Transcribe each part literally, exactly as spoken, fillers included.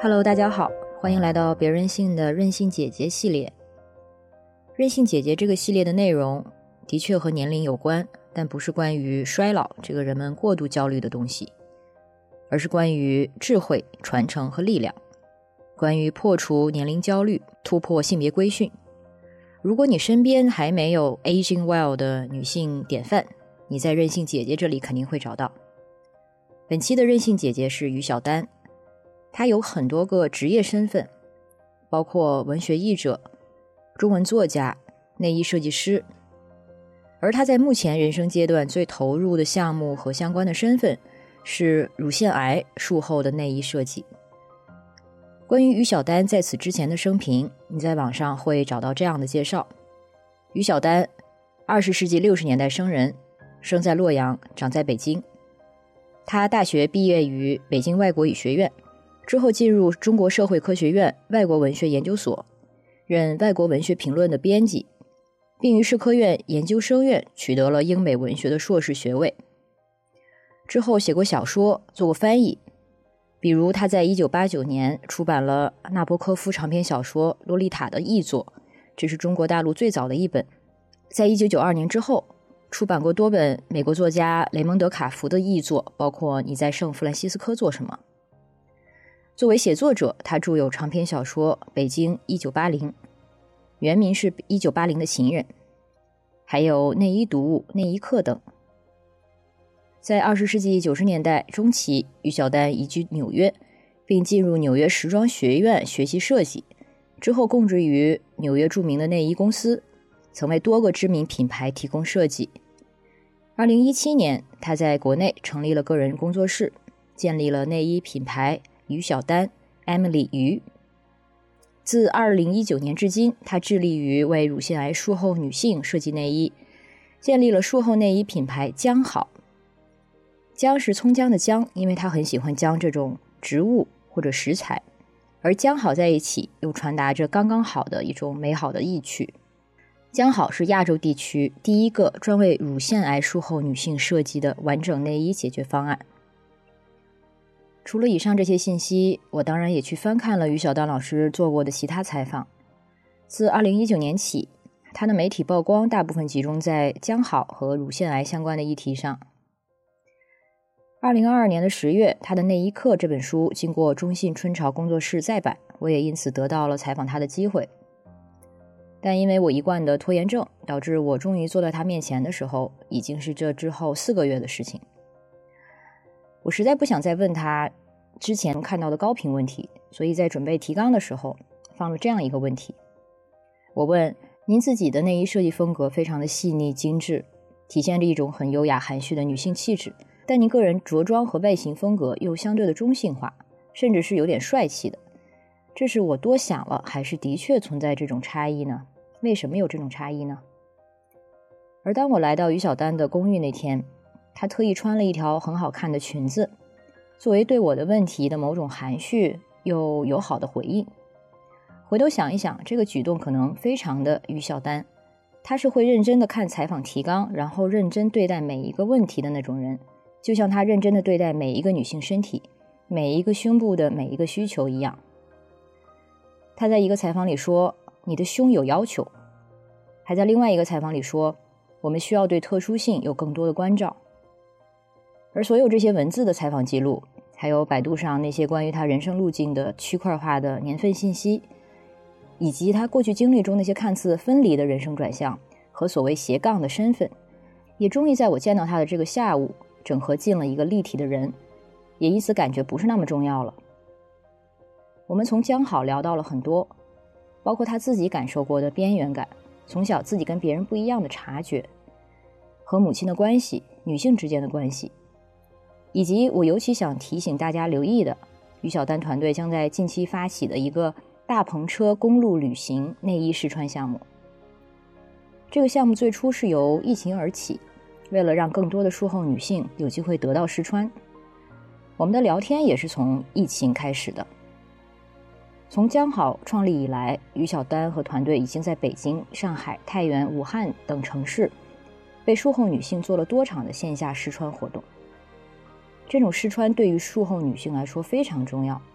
Hello， 大家好，欢迎来到别任性的任性姐姐系列。任性姐姐这个系列的内容的确和年龄有关，但不是关于衰老这个人们过度焦虑的东西，而是关于智慧、传承和力量，关于破除年龄焦虑，突破性别规训。如果你身边还没有 aging well 的女性典范，你在任性姐姐这里肯定会找到。本期的任性姐姐是于小丹，她有很多个职业身份，包括文学译者、中文作家、内衣设计师，而她在目前人生阶段最投入的项目和相关的身份是乳腺癌术后的内衣设计。关于于小丹在此之前的生平，你在网上会找到这样的介绍。于小丹，二十世纪六十年代生人，生在洛阳，长在北京。他大学毕业于北京外国语学院，之后进入中国社会科学院外国文学研究所，任外国文学评论的编辑，并于社科院研究生院取得了英美文学的硕士学位。之后写过小说，做过翻译，比如他在一九八九年出版了纳博科夫长篇小说《洛丽塔》的译作，这是中国大陆最早的一本。在一九九二年之后，出版过多本美国作家雷蒙德·卡福的译作，包括《你在圣弗兰西斯科做什么》。作为写作者，他著有长篇小说《北京一九八零》，原名是《一九八零的情人》，还有《内衣读物》《内衣课》等。在二十世纪九十年代中期，于小丹移居纽约，并进入纽约时装学院学习设计，之后供职于纽约著名的内衣公司，曾为多个知名品牌提供设计。二零一七年，他在国内成立了个人工作室，建立了内衣品牌于小丹 Emily 于。自二零一九年至今，他致力于为乳腺癌术后女性设计内衣，建立了术后内衣品牌姜好。姜是葱姜的姜，因为他很喜欢姜这种植物或者食材，而姜好在一起又传达着刚刚好的一种美好的意趣。姜好是亚洲地区第一个专为乳腺癌术后女性设计的完整内衣解决方案。除了以上这些信息，我当然也去翻看了于小丹老师做过的其他采访。自二零一九年起，他的媒体曝光大部分集中在姜好和乳腺癌相关的议题上。二零二二年的十月，他的《内衣课》这本书经过中信春潮工作室再版，我也因此得到了采访他的机会。但因为我一贯的拖延症，导致我终于坐在他面前的时候，已经是这之后四个月的事情。我实在不想再问他之前看到的高频问题，所以在准备提纲的时候放了这样一个问题。我问，您自己的内衣设计风格非常的细腻精致，体现着一种很优雅含蓄的女性气质，但您个人着装和外形风格又相对的中性化，甚至是有点帅气的。这是我多想了，还是的确存在这种差异呢？为什么有这种差异呢？而当我来到于小丹的公寓那天，她特意穿了一条很好看的裙子，作为对我的问题的某种含蓄又友好的回应。回头想一想，这个举动可能非常的于小丹，她是会认真的看采访提纲，然后认真对待每一个问题的那种人，就像她认真的对待每一个女性身体，每一个胸部的每一个需求一样。她在一个采访里说，你的胸有要求，还在另外一个采访里说，我们需要对特殊性有更多的关照。而所有这些文字的采访记录，还有百度上那些关于他人生路径的区块化的年份信息，以及他过去经历中那些看似分离的人生转向和所谓斜杠的身份，也终于在我见到他的这个下午整合进了一个立体的人，也因此感觉不是那么重要了。我们从姜好聊到了很多，包括他自己感受过的边缘感，从小自己跟别人不一样的察觉，和母亲的关系，女性之间的关系，以及我尤其想提醒大家留意的，于小丹团队将在近期发起的一个大篷车公路旅行内衣试穿项目。这个项目最初是由疫情而起，为了让更多的术后女性有机会得到试穿。我们的聊天也是从疫情开始的。从姜好创立以来，于小丹和团队已经在北京、上海、太原、武汉等城市为术后女性做了多场的线下试穿活动。这种试穿对于术后女性来说非常重要，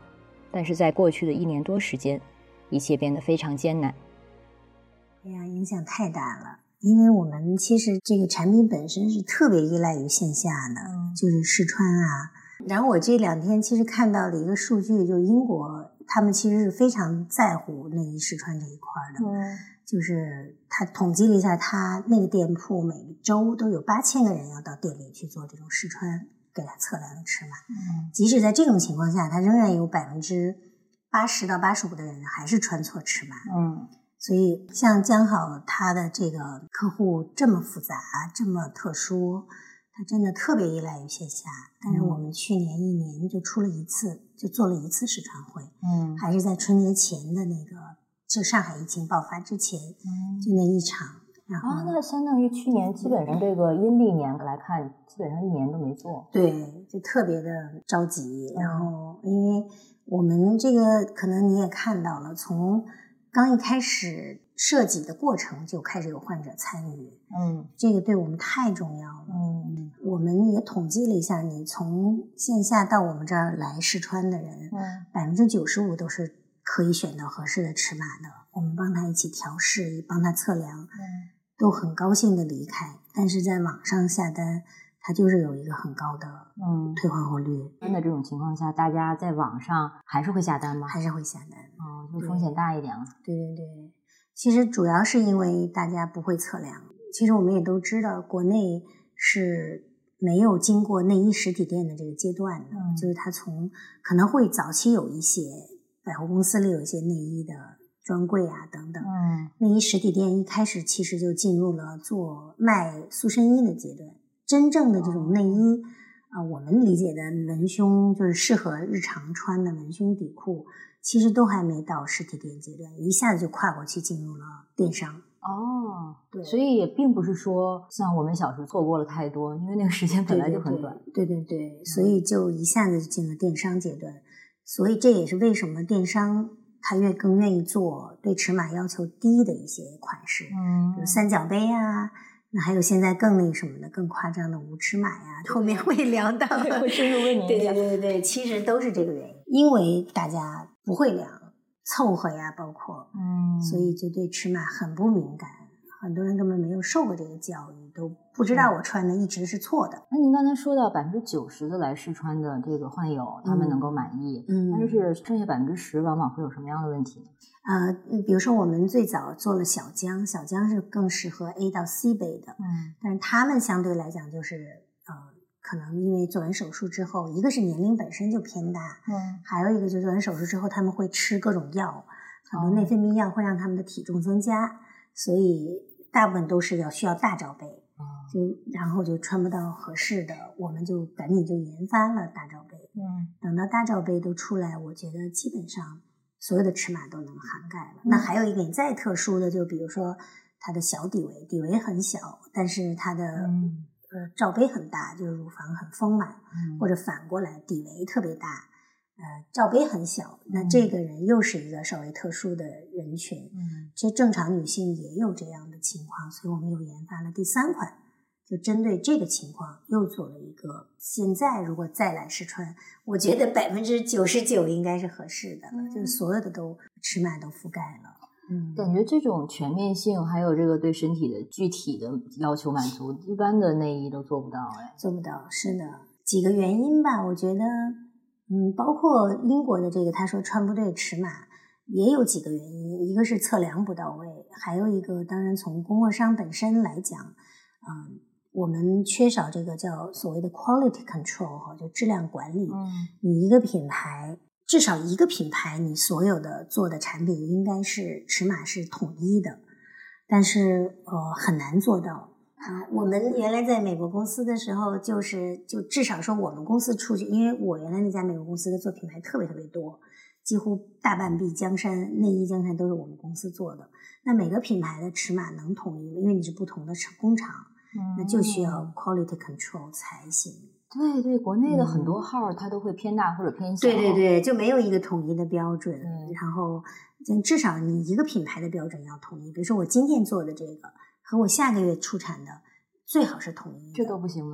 但是在过去的一年多时间，一切变得非常艰难。 哎呀，影响太大了。因为我们其实这个产品本身是特别依赖于线下的，嗯、就是试穿啊。然后我这两天其实看到了一个数据，就英国他们其实是非常在乎内衣试穿这一块的。嗯，就是他统计了一下，他那个店铺每周都有八千个人要到店里去做这种试穿，给他测量尺码。嗯，即使在这种情况下，他仍然有百分之八十到八十五的人还是穿错尺码。嗯。所以像江好他的这个客户这么复杂这么特殊，他真的特别依赖于线下。但是我们去年一年就出了一次，就做了一次试穿会，嗯，还是在春节前的那个，就上海疫情爆发之前，嗯，就那一场。然后啊，那相当于去年基本上这个阴历年来看，基本上一年都没做。 对，就特别的着急。然后因为我们这个可能你也看到了，从刚一开始设计的过程就开始有患者参与，嗯，这个对我们太重要了。嗯，我们也统计了一下，你从线下到我们这儿来试穿的人，嗯，百分之九十五都是可以选到合适的尺码的。我们帮他一起调试，帮他测量，嗯，都很高兴的离开。但是在网上下单，它就是有一个很高的嗯退换货率。 真的这种情况下，大家在网上还是会下单吗？ 还是会下单。 哦，就风险大一点了。 对对对，其实主要是因为大家不会测量。其实我们也都知道，国内是没有经过内衣实体店的这个阶段的，嗯、就是它从可能会早期有一些百货公司里有一些内衣的专柜啊等等，嗯，内衣实体店一开始其实就进入了做卖塑身衣的阶段。真正的这种内衣啊、呃，我们理解的文胸就是适合日常穿的文胸底裤，其实都还没到实体店阶段，一下子就跨过去进入了电商。 哦，对，所以也并不是说像我们小时候错过了太多，因为那个时间本来就很短。 对对 对, 对, 对，所以就一下子就进了电商阶段。所以这也是为什么电商他越更愿意做对尺码要求低的一些款式，嗯，比如三角杯啊。那还有现在更那什么的更夸张的无尺码呀，后面会聊到， 会深入问您。 对对对对，其实都是这个原因，因为大家不会量，凑合呀，包括，嗯，所以就对尺码很不敏感，很多人根本没有受过这个教育，都不知道我穿的一直是错的。 那您刚才说到百分之九十的来试穿的这个患友，他们能够满意，嗯，但是剩下百分之十往往会有什么样的问题呢？ 呃，比如说我们最早做了小江，小江是更适合 A 到 C 杯的，嗯，但是他们相对来讲就是呃，可能因为做完手术之后，一个是年龄本身就偏大，嗯，还有一个就是做完手术之后他们会吃各种药，很多内分泌药会让他们的体重增加，哦、所以大部分都是要需要大罩杯，哦、就然后就穿不到合适的，我们就赶紧就研发了大罩杯，嗯，等到大罩杯都出来，我觉得基本上所有的尺码都能涵盖了。嗯、那还有一点再特殊的，就比如说它的小底围，底围很小，但是它的、嗯、呃罩杯很大，就是乳房很丰满，嗯、或者反过来底围特别大，呃罩杯很小，那这个人又是一个稍微特殊的人群。嗯，其实正常女性也有这样的情况，所以我们又研发了第三款。就针对这个情况又做了一个，现在如果再来试穿，我觉得百分之九十九应该是合适的了，嗯、就是所有的都尺码都覆盖了。 嗯，感觉这种全面性还有这个对身体的具体的要求满足，一般的内衣都做不到。哎， 做不到，是的，几个原因吧，我觉得，嗯，包括英国的这个他说穿不对尺码也有几个原因，一个是测量不到位，还有一个当然从供货商本身来讲，嗯。我们缺少这个叫所谓的 quality control 就质量管理。嗯，你一个品牌，至少一个品牌，你所有的做的产品应该是尺码是统一的，但是呃很难做到啊。我们原来在美国公司的时候，就是就至少说我们公司出去，因为我原来那家美国公司的做品牌特别特别多，几乎大半壁江山内衣江山都是我们公司做的。那每个品牌的尺码能统一，因为你是不同的工厂。那就需要 quality control 才行。 对对，国内的很多号它都会偏大或者偏小。 对对对，就没有一个统一的标准。嗯、然后至少你一个品牌的标准要统一。比如说我今天做的这个和我下个月出产的最好是统一的。 这都不行吗？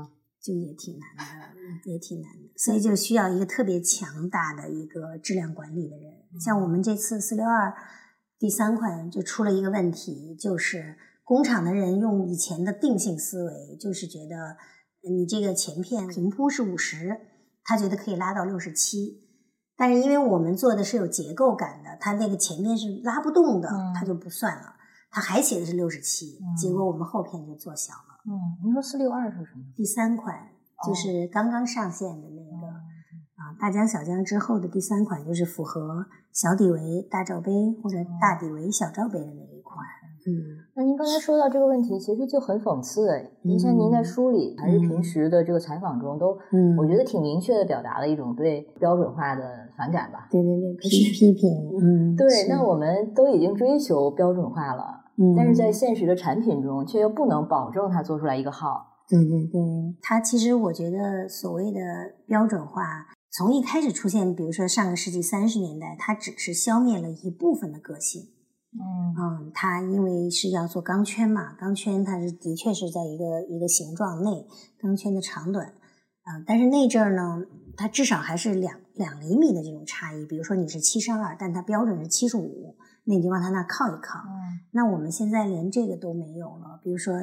就也挺难的，也挺难的，所以就需要一个特别强大的一个质量管理的人。像我们这次四六二第三款就出了一个问题，就是工厂的人用以前的定性思维，就是觉得你这个前片平铺是五十，他觉得可以拉到六十七，但是因为我们做的是有结构感的，他那个前片是拉不动的，他就不算了，他还写的是六十七，结果我们后片就做小了。 嗯，您说四六二是什么？ 第三款就是刚刚上线的那个、哦、啊，大疆小疆之后的第三款，就是符合小底围大罩杯或者大底围小罩杯的那一款。嗯， 那您刚才说到这个问题，其实就很讽刺诶。您像您在书里、嗯、还是平时的这个采访中都，嗯，我觉得挺明确的表达了一种对标准化的反感吧。 对对对，可是批评，嗯， 对，那我们都已经追求标准化了。嗯，但是在现实的产品中却又不能保证它做出来一个号。 对对对，它其实我觉得所谓的标准化从一开始出现，比如说上个世纪三十年代，它只是消灭了一部分的个性。嗯嗯，它因为是要做钢圈嘛，钢圈它是的确是在一个一个形状内，钢圈的长短啊、呃，但是那阵儿呢，它至少还是两两厘米的这种差异。比如说你是七十二，但它标准是七十五，那你就往它那靠一靠。嗯，那我们现在连这个都没有了。比如说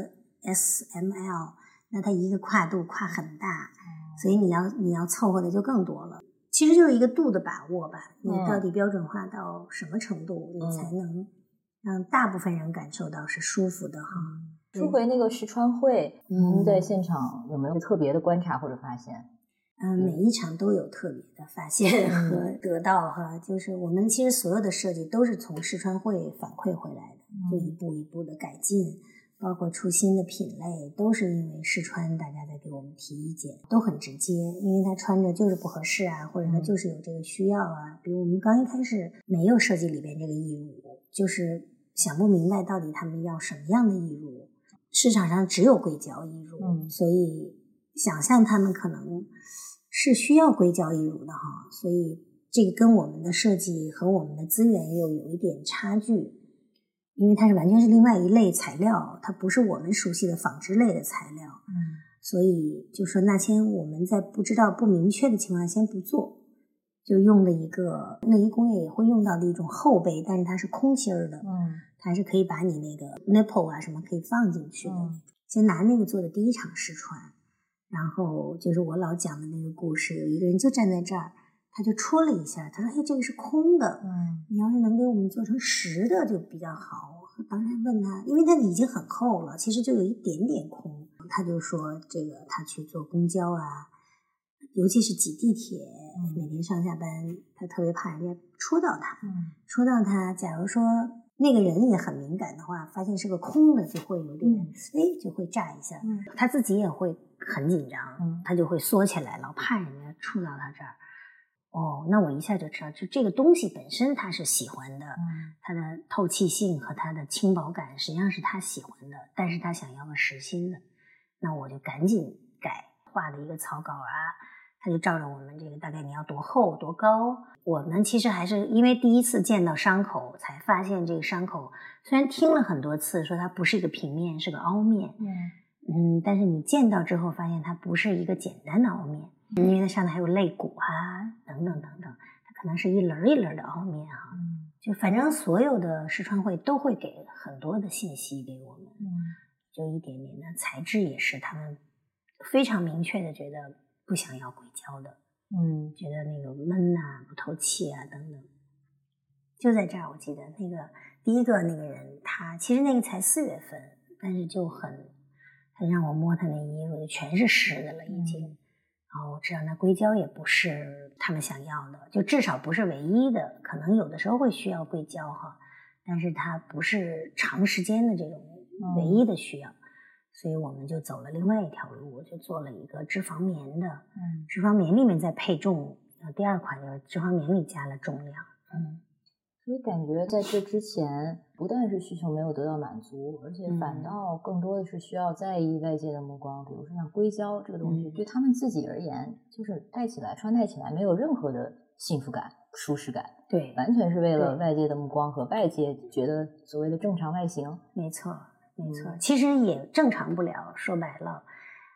S M L， 那它一个跨度跨很大，嗯、所以你要你要凑合的就更多了。其实就是一个度的把握吧，你到底标准化到什么程度，嗯、你才能让大部分人感受到是舒服的哈。 嗯、说回那个试穿会，您、嗯、在现场有没有特别的观察或者发现？ 嗯，每一场都有特别的发现和得到哈，就是我们其实所有的设计都是从试穿会反馈回来的，就一步一步的改进，包括出新的品类，都是因为试穿大家在给我们提意见，都很直接，因为他穿着就是不合适啊，或者他就是有这个需要啊。比如我们刚一开始没有设计里边这个义乳，就是想不明白到底他们要什么样的义乳，市场上只有硅胶义乳，嗯、所以想象他们可能是需要硅胶义乳的哈，所以这个跟我们的设计和我们的资源又有一点差距，因为它是完全是另外一类材料，它不是我们熟悉的纺织类的材料，嗯，所以就说那先我们在不知道不明确的情况下先不做，就用了一个内衣工业也会用到的一种厚背，但是它是空心儿的，嗯，它是可以把你那个 nipple 啊什么可以放进去的，嗯、先拿那个做的第一场试穿。然后就是我老讲的那个故事，有一个人就站在这儿，他就戳了一下，他说：“嘿，这个是空的，嗯，你要是能给我们做成实的就比较好。”我当时问他，因为他已经很厚了，其实就有一点点空，他就说这个他去坐公交啊，尤其是挤地铁，每天上下班，他特别怕人家戳到他，嗯，戳到他，假如说那个人也很敏感的话，发现是个空的就会有点哎、嗯、就会炸一下，嗯，他自己也会很紧张，嗯，他就会缩起来，老怕人家触到他这儿。哦，那我一下就知道，就这个东西本身他是喜欢的，嗯，它的透气性和它的轻薄感实际上是他喜欢的，但是他想要个实心的，那我就赶紧改，画了一个草稿啊，他就照着我们这个大概你要多厚多高。我们其实还是因为第一次见到伤口才发现这个伤口虽然听了很多次说它不是一个平面是个凹面，嗯嗯，但是你见到之后发现它不是一个简单的凹面，因为它上面还有肋骨啊等等等等，它可能是一轮一轮的凹面哈、啊。嗯，就反正所有的试穿会都会给很多的信息给我们，嗯，就一点点的材质也是他们非常明确的觉得不想要硅胶的，嗯，觉得那个闷啊不透气啊等等。就在这儿我记得那个第一个那个人他其实那个才四月份，但是就很他让我摸他那衣服就全是湿的了已经、嗯、然后我知道那硅胶也不是他们想要的，就至少不是唯一的，可能有的时候会需要硅胶哈，但是它不是长时间的这种唯一的需要、嗯，所以我们就走了另外一条路，就做了一个脂肪棉的，嗯，脂肪棉里面再配重，第二款就是脂肪棉里加了重量，嗯， 所以感觉在这之前不但是需求没有得到满足，而且反倒更多的是需要在意外界的目光，比如说像硅胶这个东西、嗯、对他们自己而言就是戴起来穿戴起来没有任何的幸福感舒适感， 对， 完全是为了外界的目光和外界觉得所谓的正常外形， 没错没错、嗯、其实也正常不了，说白了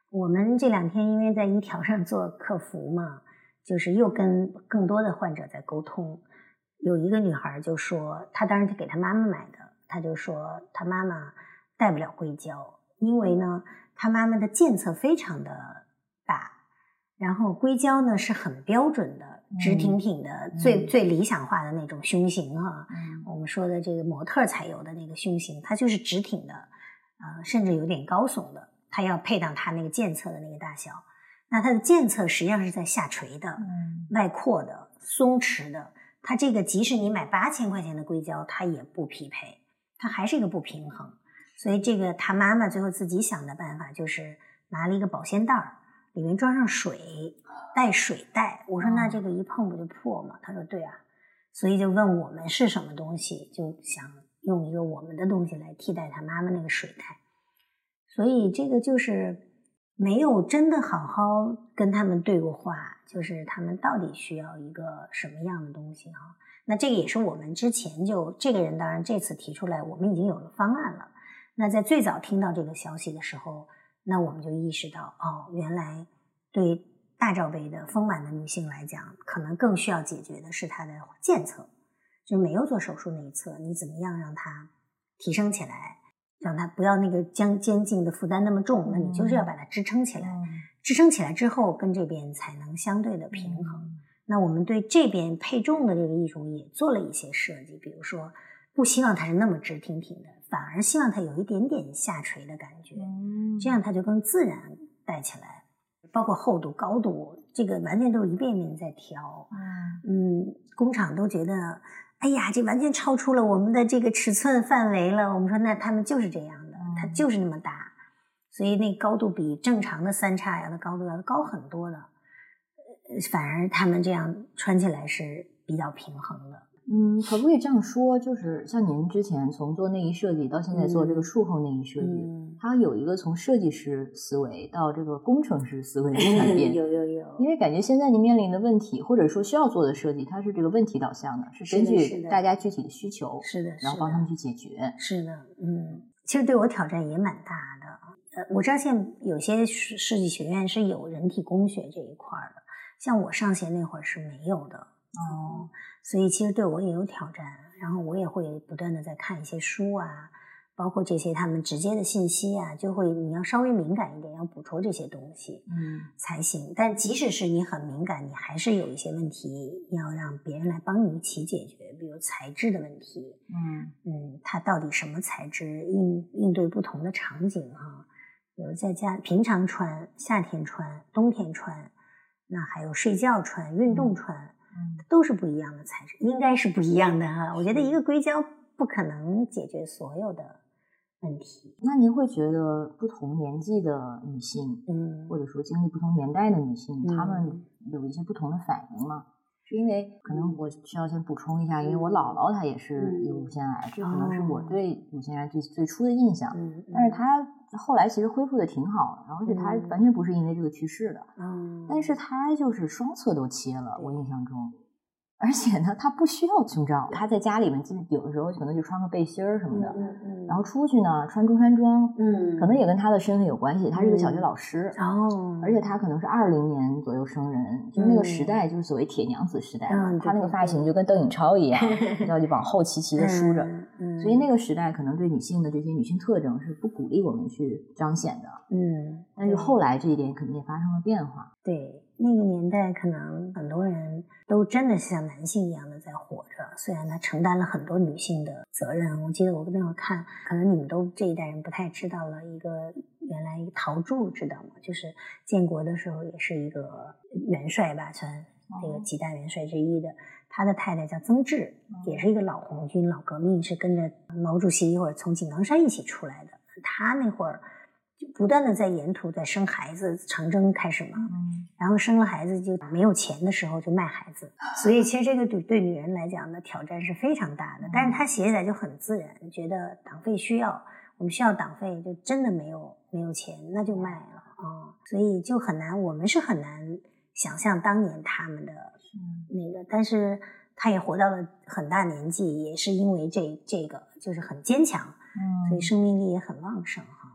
我们这两天因为在一条上做客服嘛，就是又跟更多的患者在沟通。有一个女孩就说，她当时给她妈妈买的，她就说她妈妈带不了硅胶，因为呢她妈妈的健侧非常的大，然后硅胶呢是很标准的直挺挺的、嗯、最最理想化的那种胸型啊、嗯，我们说的这个模特才有的那个胸型，它就是直挺的，呃，甚至有点高耸的，它要配到它那个健侧的那个大小。那它的健侧实际上是在下垂的、嗯、外扩的、松弛的，它这个即使你买八千块钱的硅胶，它也不匹配，它还是一个不平衡。所以这个他妈妈最后自己想的办法就是拿了一个保鲜袋，里面装上水，带水袋。我说那这个一碰不就破吗？他说对啊，所以就问我们是什么东西，就想用一个我们的东西来替代他妈妈那个水袋。所以这个就是没有真的好好跟他们对过话，就是他们到底需要一个什么样的东西啊？那这个也是我们之前就这个人当然这次提出来，我们已经有了方案了。那在最早听到这个消息的时候，那我们就意识到，哦，原来对大罩杯的丰满的女性来讲，可能更需要解决的是她的健侧，就没有做手术那一侧，你怎么样让它提升起来，让它不要那个将肩颈的负担那么重，那你就是要把它支撑起来、嗯、支撑起来之后跟这边才能相对的平衡、嗯、那我们对这边配重的这个艺术也做了一些设计，比如说不希望它是那么直挺挺的，反而希望它有一点点下垂的感觉、嗯、这样它就更自然戴起来，包括厚度高度这个完全都是一遍一遍在调。嗯, 嗯工厂都觉得哎呀这完全超出了我们的这个尺寸范围了，我们说那他们就是这样的、嗯、它就是那么大，所以那高度比正常的三叉呀的高度要高很多的，反而他们这样穿起来是比较平衡的。 嗯，可不可以这样说，就是像您之前从做内衣设计到现在做这个术后内衣设计、嗯、它有一个从设计师思维到这个工程师思维的转变有有有， 因为感觉现在您面临的问题或者说需要做的设计，它是这个问题导向的，是根据大家具体的需求， 是的， 然后帮他们去解决。 是的，嗯，其实对我挑战也蛮大的。呃，我知道现在有些设计学院是有人体工学这一块的，像我上学那会儿是没有的。哦，所以其实对我也有挑战，然后我也会不断的在看一些书啊，包括这些他们直接的信息啊，就会你要稍微敏感一点，要捕捉这些东西，嗯，才行。但即使是你很敏感，你还是有一些问题要让别人来帮你一起解决，比如材质的问题，嗯嗯，它到底什么材质应应对不同的场景哈、啊，比如在家平常穿、夏天穿、冬天穿。那还有睡觉穿、运动穿、嗯、都是不一样的材质，应该是不一样的哈。我觉得一个硅胶不可能解决所有的问题。 那您会觉得不同年纪的女性，嗯，或者说经历不同年代的女性，她、嗯、们有一些不同的反应吗？是因为可能我需要先补充一下，因为我姥姥她也是有乳腺癌，这、嗯、可能是我对乳腺癌最最初的印象，嗯、但是她后来其实恢复的挺好的，然后而且她完全不是因为这个去世的，嗯，但是她就是双侧都切了，我印象中。而且呢，他不需要胸罩，他在家里面有的时候可能就穿个背心儿什么的，嗯嗯，然后出去呢穿中山装，嗯，可能也跟他的身份有关系，他是个小学老师，哦，而且他可能是二零年左右生人，就是那个时代就是所谓铁娘子时代嘛，嗯，他那个发型就跟邓颖超一样，要就往后齐齐的梳着，嗯，所以那个时代可能对女性的这些女性特征是不鼓励我们去彰显的，嗯，但是后来这一点肯定也发生了变化， 对。那个年代可能很多人都真的是像男性一样的在活着，虽然他承担了很多女性的责任。我记得我那会儿看，可能你们都这一代人不太知道了一个原来陶铸知道吗？就是建国的时候也是一个元帅吧，算这个几大元帅之一的，他的太太叫曾志，也是一个老红军老革命，是跟着毛主席一会儿从井冈山一起出来的。他那会儿就不断的在沿途在生孩子，长征开始嘛，嗯，然后生了孩子就没有钱的时候就卖孩子，所以其实这个对对女人来讲的挑战是非常大的，但是她写起来就很自然，觉得党费需要，我们需要党费，就真的没有没有钱，那就卖了啊、嗯，所以就很难，我们是很难想象当年他们的那个，但是她也活到了很大年纪，也是因为这这个就是很坚强，嗯，所以生命力也很旺盛哈。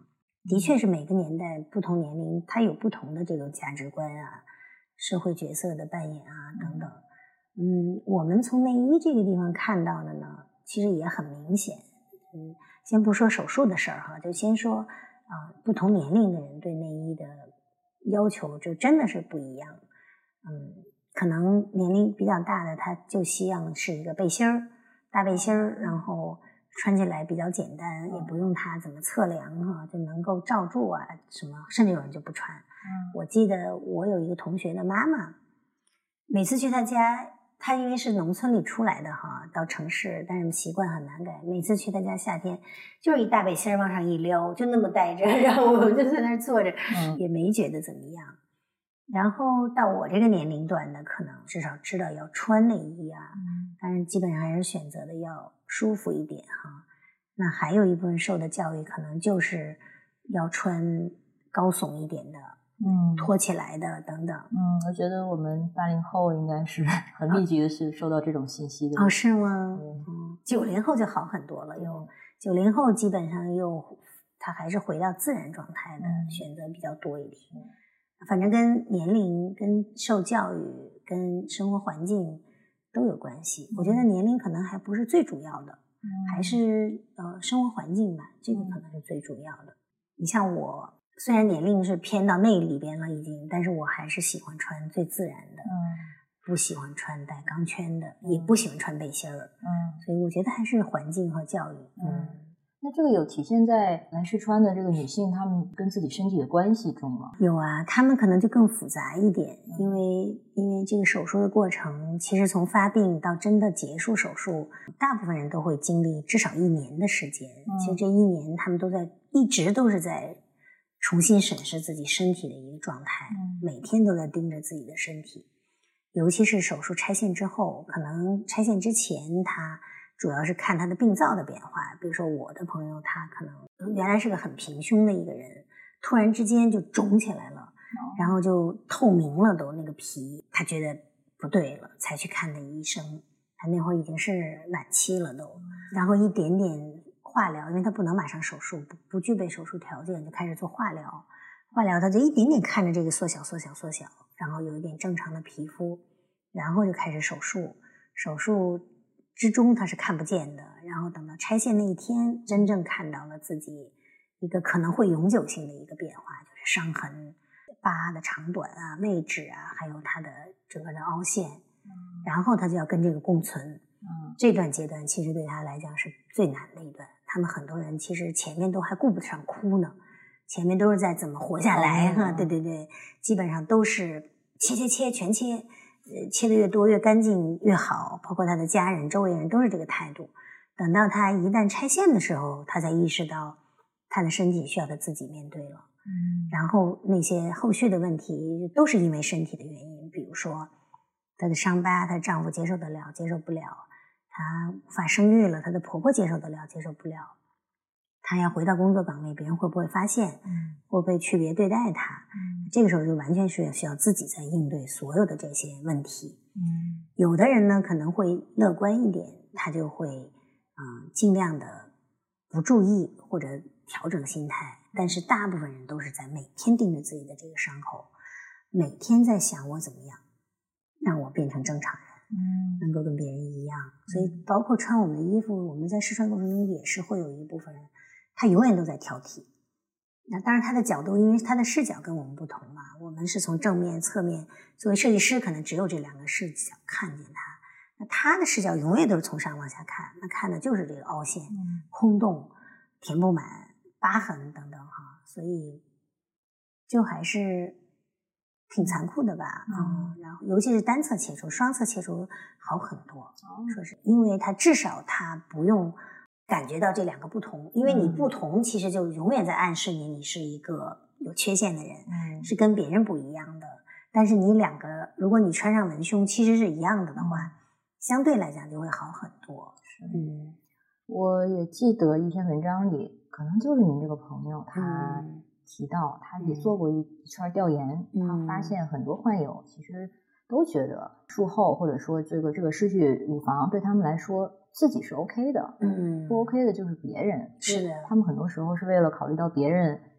的确是每个年代不同年龄它有不同的这种价值观啊，社会角色的扮演啊等等。嗯，我们从内衣这个地方看到的呢，其实也很明显。嗯，先不说手术的事儿哈，就先说啊、呃，不同年龄的人对内衣的要求就真的是不一样。嗯，可能年龄比较大的，他就希望是一个背心儿，大背心儿，然后穿起来比较简单，也不用它怎么测量哈、啊，就能够罩住啊什么，甚至有人就不穿。嗯，我记得我有一个同学的妈妈，每次去他家，他因为是农村里出来的哈，到城市，但是习惯很难改。每次去他家，夏天就是一大背心往上一撩，就那么带着，然后我们就在那儿坐着，嗯、也没觉得怎么样。然后到我这个年龄段的，可能至少知道要穿内衣啊，嗯、但是基本上还是选择的要舒服一点哈。那还有一部分受的教育，可能就是要穿高耸一点的。嗯，托起来的等等。 嗯，我觉得我们八零后应该是很密集的是受到这种信息的。 哦，是吗？嗯，九零后就好很多了，又九零后基本上又他还是回到自然状态的、嗯、选择比较多一点。嗯，反正跟年龄、跟受教育、跟生活环境都有关系。嗯、我觉得年龄可能还不是最主要的，嗯、还是呃生活环境吧，这个可能是最主要的。嗯、你像我。虽然年龄是偏到那里边了已经，但是我还是喜欢穿最自然的，嗯，不喜欢穿带钢圈的，嗯、也不喜欢穿背心儿，嗯，所以我觉得还是环境和教育，嗯。嗯， 那这个有体现在来试穿的这个女性她们跟自己身体的关系中吗？ 有啊，她们可能就更复杂一点，嗯、因为因为这个手术的过程，其实从发病到真的结束手术，大部分人都会经历至少一年的时间。嗯、其实这一年他们都在一直都是在。重新审视自己身体的一个状态，嗯、每天都在盯着自己的身体，尤其是手术拆线之后，可能拆线之前他主要是看他的病灶的变化。比如说我的朋友，他可能原来是个很平胸的一个人，突然之间就肿起来了，嗯、然后就透明了都那个皮，他觉得不对了，才去看的医生。他那会儿已经是晚期了都，然后一点点。化疗，因为他不能马上手术，不不具备手术条件，就开始做化疗。化疗他就一点点看着这个缩小、缩小、缩小，然后有一点正常的皮肤，然后就开始手术。手术之中他是看不见的，然后等到拆线那一天，真正看到了自己一个可能会永久性的一个变化，就是伤痕、疤的长短啊、位置啊，还有它的整个的凹陷，然后他就要跟这个共存。嗯，这段阶段其实对他来讲是最难的一段。他们很多人其实前面都还顾不上哭呢，前面都是在怎么活下来哈、嗯。对对对，基本上都是切切切全切，呃，切的越多越干净越好。包括他的家人、周围人都是这个态度。等到他一旦拆线的时候，他才意识到他的身体需要他自己面对了。嗯，然后那些后续的问题都是因为身体的原因，比如说她的伤疤，她丈夫接受得了，接受不了。她无法生育了，她的婆婆接受得了，接受不了。她要回到工作岗位，别人会不会发现？嗯，会不会区别对待她？嗯，这个时候就完全是需要自己在应对所有的这些问题。嗯，有的人呢可能会乐观一点，他就会嗯、呃、尽量的不注意或者调整心态，但是大部分人都是在每天盯着自己的这个伤口，每天在想我怎么样让我变成正常人。嗯，能够跟别人一样，所以包括穿我们的衣服，我们在试穿过程中也是会有一部分人，他永远都在挑剔。那当然他的角度，因为他的视角跟我们不同嘛，我们是从正面、侧面，作为设计师可能只有这两个视角看见他，那他的视角永远都是从上往下看，那看的就是这个凹陷、嗯、空洞、填不满、疤痕等等哈，所以就还是挺残酷的吧，嗯，然后尤其是单侧切除，双侧切除好很多，哦、说是因为它至少它不用感觉到这两个不同，因为你不同，其实就永远在暗示你你是一个有缺陷的人，嗯，是跟别人不一样的。但是你两个，如果你穿上文胸，其实是一样的的话，嗯、相对来讲就会好很多。 嗯，我也记得一篇文章里，可能就是您这个朋友他。嗯提到他也做过一圈调研，嗯、他发现很多患友其实都觉得术后或者说这个这个失去乳房对他们来说自己是 OK 的，嗯，不 OK 的就是别人， 是的， 他们很多时候是为了考虑到别人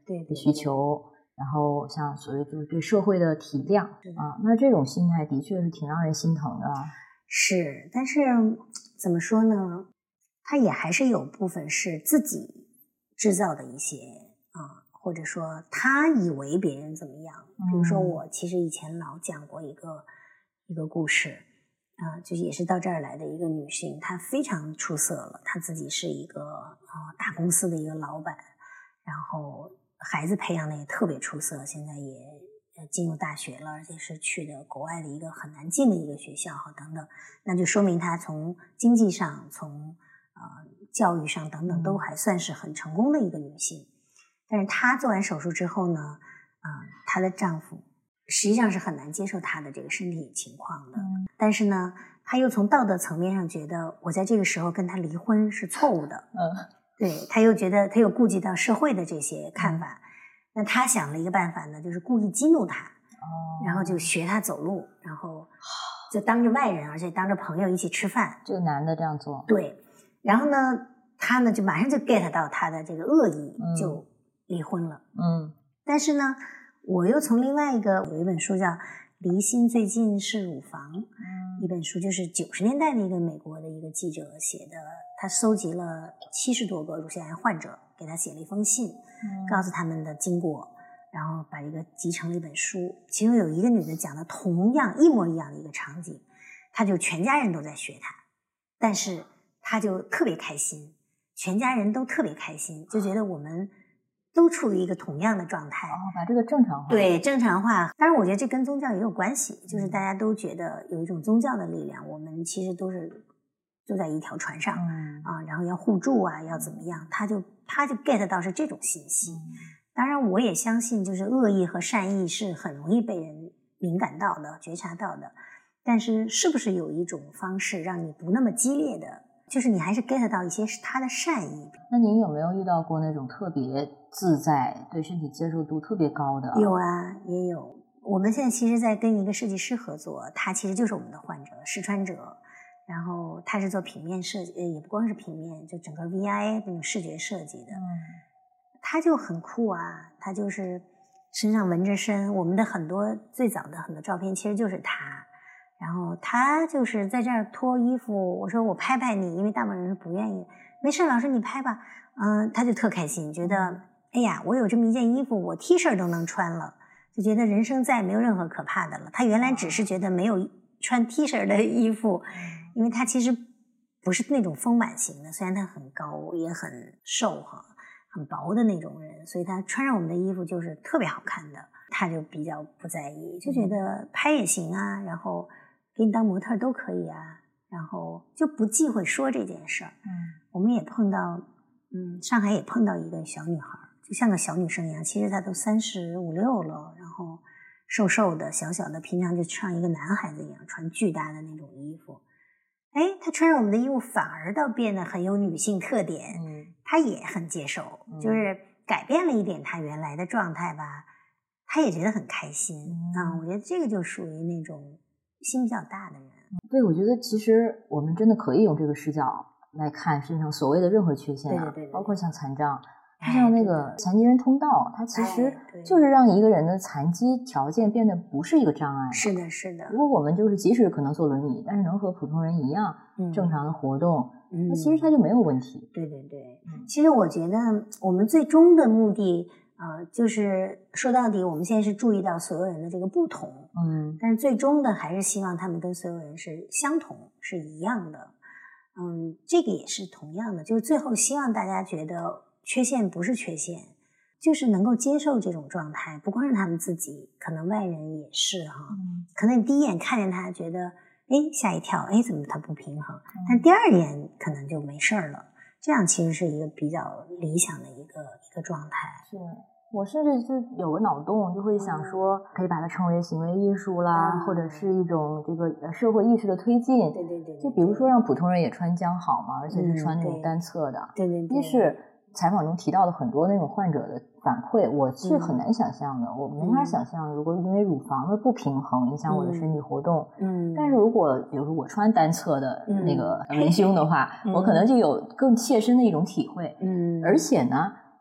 的需求，然后像所谓就是对社会的体谅啊，那这种心态的确是挺让人心疼的。 是，但是怎么说呢？他也还是有部分是自己制造的一些啊，或者说他以为别人怎么样。比如说我其实以前老讲过一个一个故事啊，就也是到这儿来的一个女性，她非常出色了，她自己是一个啊大公司的一个老板，然后孩子培养的也特别出色，现在也进入大学了，而且是去的国外的一个很难进的一个学校哈等等，那就说明她从经济上从呃，教育上等等都还算是很成功的一个女性，但是她做完手术之后呢，啊、呃，她的丈夫实际上是很难接受她的这个身体情况的，嗯、但是呢，她又从道德层面上觉得我在这个时候跟他离婚是错误的，嗯，对，她又觉得她又顾及到社会的这些看法，嗯、那她想了一个办法呢，就是故意激怒他，哦，然后就学他走路，然后就当着外人，而且当着朋友一起吃饭， 这个男的这样做， 对。然后呢，他呢就马上就 get 到他的这个恶意，就离婚了。嗯，但是呢，我又从另外一个有一本书叫《离心最近是乳房》，嗯，一本书就是九十年代的一个美国的一个记者写的，他搜集了七十多个乳腺癌患者，给他写了一封信，嗯，告诉他们的经过，然后把这个集成了一本书。其中有一个女的讲的同样一模一样的一个场景，她就全家人都在学她，但是他就特别开心，全家人都特别开心，就觉得我们都处于一个同样的状态。 哦，把这个正常化。 对，正常化。当然我觉得这跟宗教也有关系，就是大家都觉得有一种宗教的力量，我们其实都是都在一条船上，嗯、啊，然后要互助啊，要怎么样，他就他就 get 到是这种信息。嗯、当然我也相信就是恶意和善意是很容易被人敏感到的，觉察到的，但是是不是有一种方式让你不那么激烈的，就是你还是 get 到一些是他的善意。 那您有没有遇到过那种特别自在对身体接受度特别高的？ 有啊，也有。我们现在其实在跟一个设计师合作，他其实就是我们的患者石川哲，然后他是做平面设计，也不光是平面，就整个 V I 那种视觉设计的。嗯，他就很酷啊，他就是身上纹着身，我们的很多最早的很多照片其实就是他，然后他就是在这儿脱衣服，我说我拍拍你，因为大部分人是不愿意，没事老师你拍吧，嗯，他就特开心，觉得哎呀我有这么一件衣服，我 T 恤都能穿了，就觉得人生再也没有任何可怕的了。他原来只是觉得没有穿 T 恤的衣服，因为他其实不是那种丰满型的，虽然他很高也很瘦哈，很薄的那种人，所以他穿上我们的衣服就是特别好看的，他就比较不在意，就觉得拍也行啊，然后给你当模特都可以啊，然后就不忌讳说这件事儿。嗯，我们也碰到，嗯，上海也碰到一个小女孩，就像个小女生一样，其实她都三十五六了，然后瘦瘦的小小的，平常就像一个男孩子一样穿巨大的那种衣服。哎，她穿上我们的衣服反而倒变得很有女性特点，嗯，她也很接受，嗯，就是改变了一点她原来的状态吧，她也觉得很开心。嗯，啊，我觉得这个就属于那种心比较大的人。 对，我觉得其实我们真的可以用这个视角来看身上所谓的任何缺陷啊， 对对 对, 对， 包括像残障，就像那个残疾人通道，它其实就是让一个人的残疾条件变得不是一个障碍。 是的，是的。 如果我们就是即使可能坐轮椅，但是能和普通人一样，嗯，正常的活动，嗯，那其实它就没有问题。 对对对，嗯，其实我觉得我们最终的目的，呃，就是说到底，我们现在是注意到所有人的这个不同，嗯，但是最终的还是希望他们跟所有人是相同，是一样的。嗯，这个也是同样的，就是最后希望大家觉得缺陷不是缺陷，就是能够接受这种状态，不光是他们自己，可能外人也是哈。嗯，可能你第一眼看见他觉得哎吓一跳，哎怎么他不平衡，嗯，但第二眼可能就没事了，这样其实是一个比较理想的一个一个状态。 是，我甚至就有个脑洞，就会想说，嗯，可以把它称为行为艺术啦，嗯，或者是一种这个社会意识的推进。 对对 对, 对, 对， 就比如说让普通人也穿将好嘛，而且是穿那种单侧的。 对对 对, 对。 一是采访中提到的很多那种患者的反馈，我是很难想象的，嗯，我没法想象，如果因为乳房的不平衡影响我的身体活动，嗯，但是如果比如说我穿单侧的那个文胸的话，嗯，我可能就有更切身的一种体会，嗯，而且呢。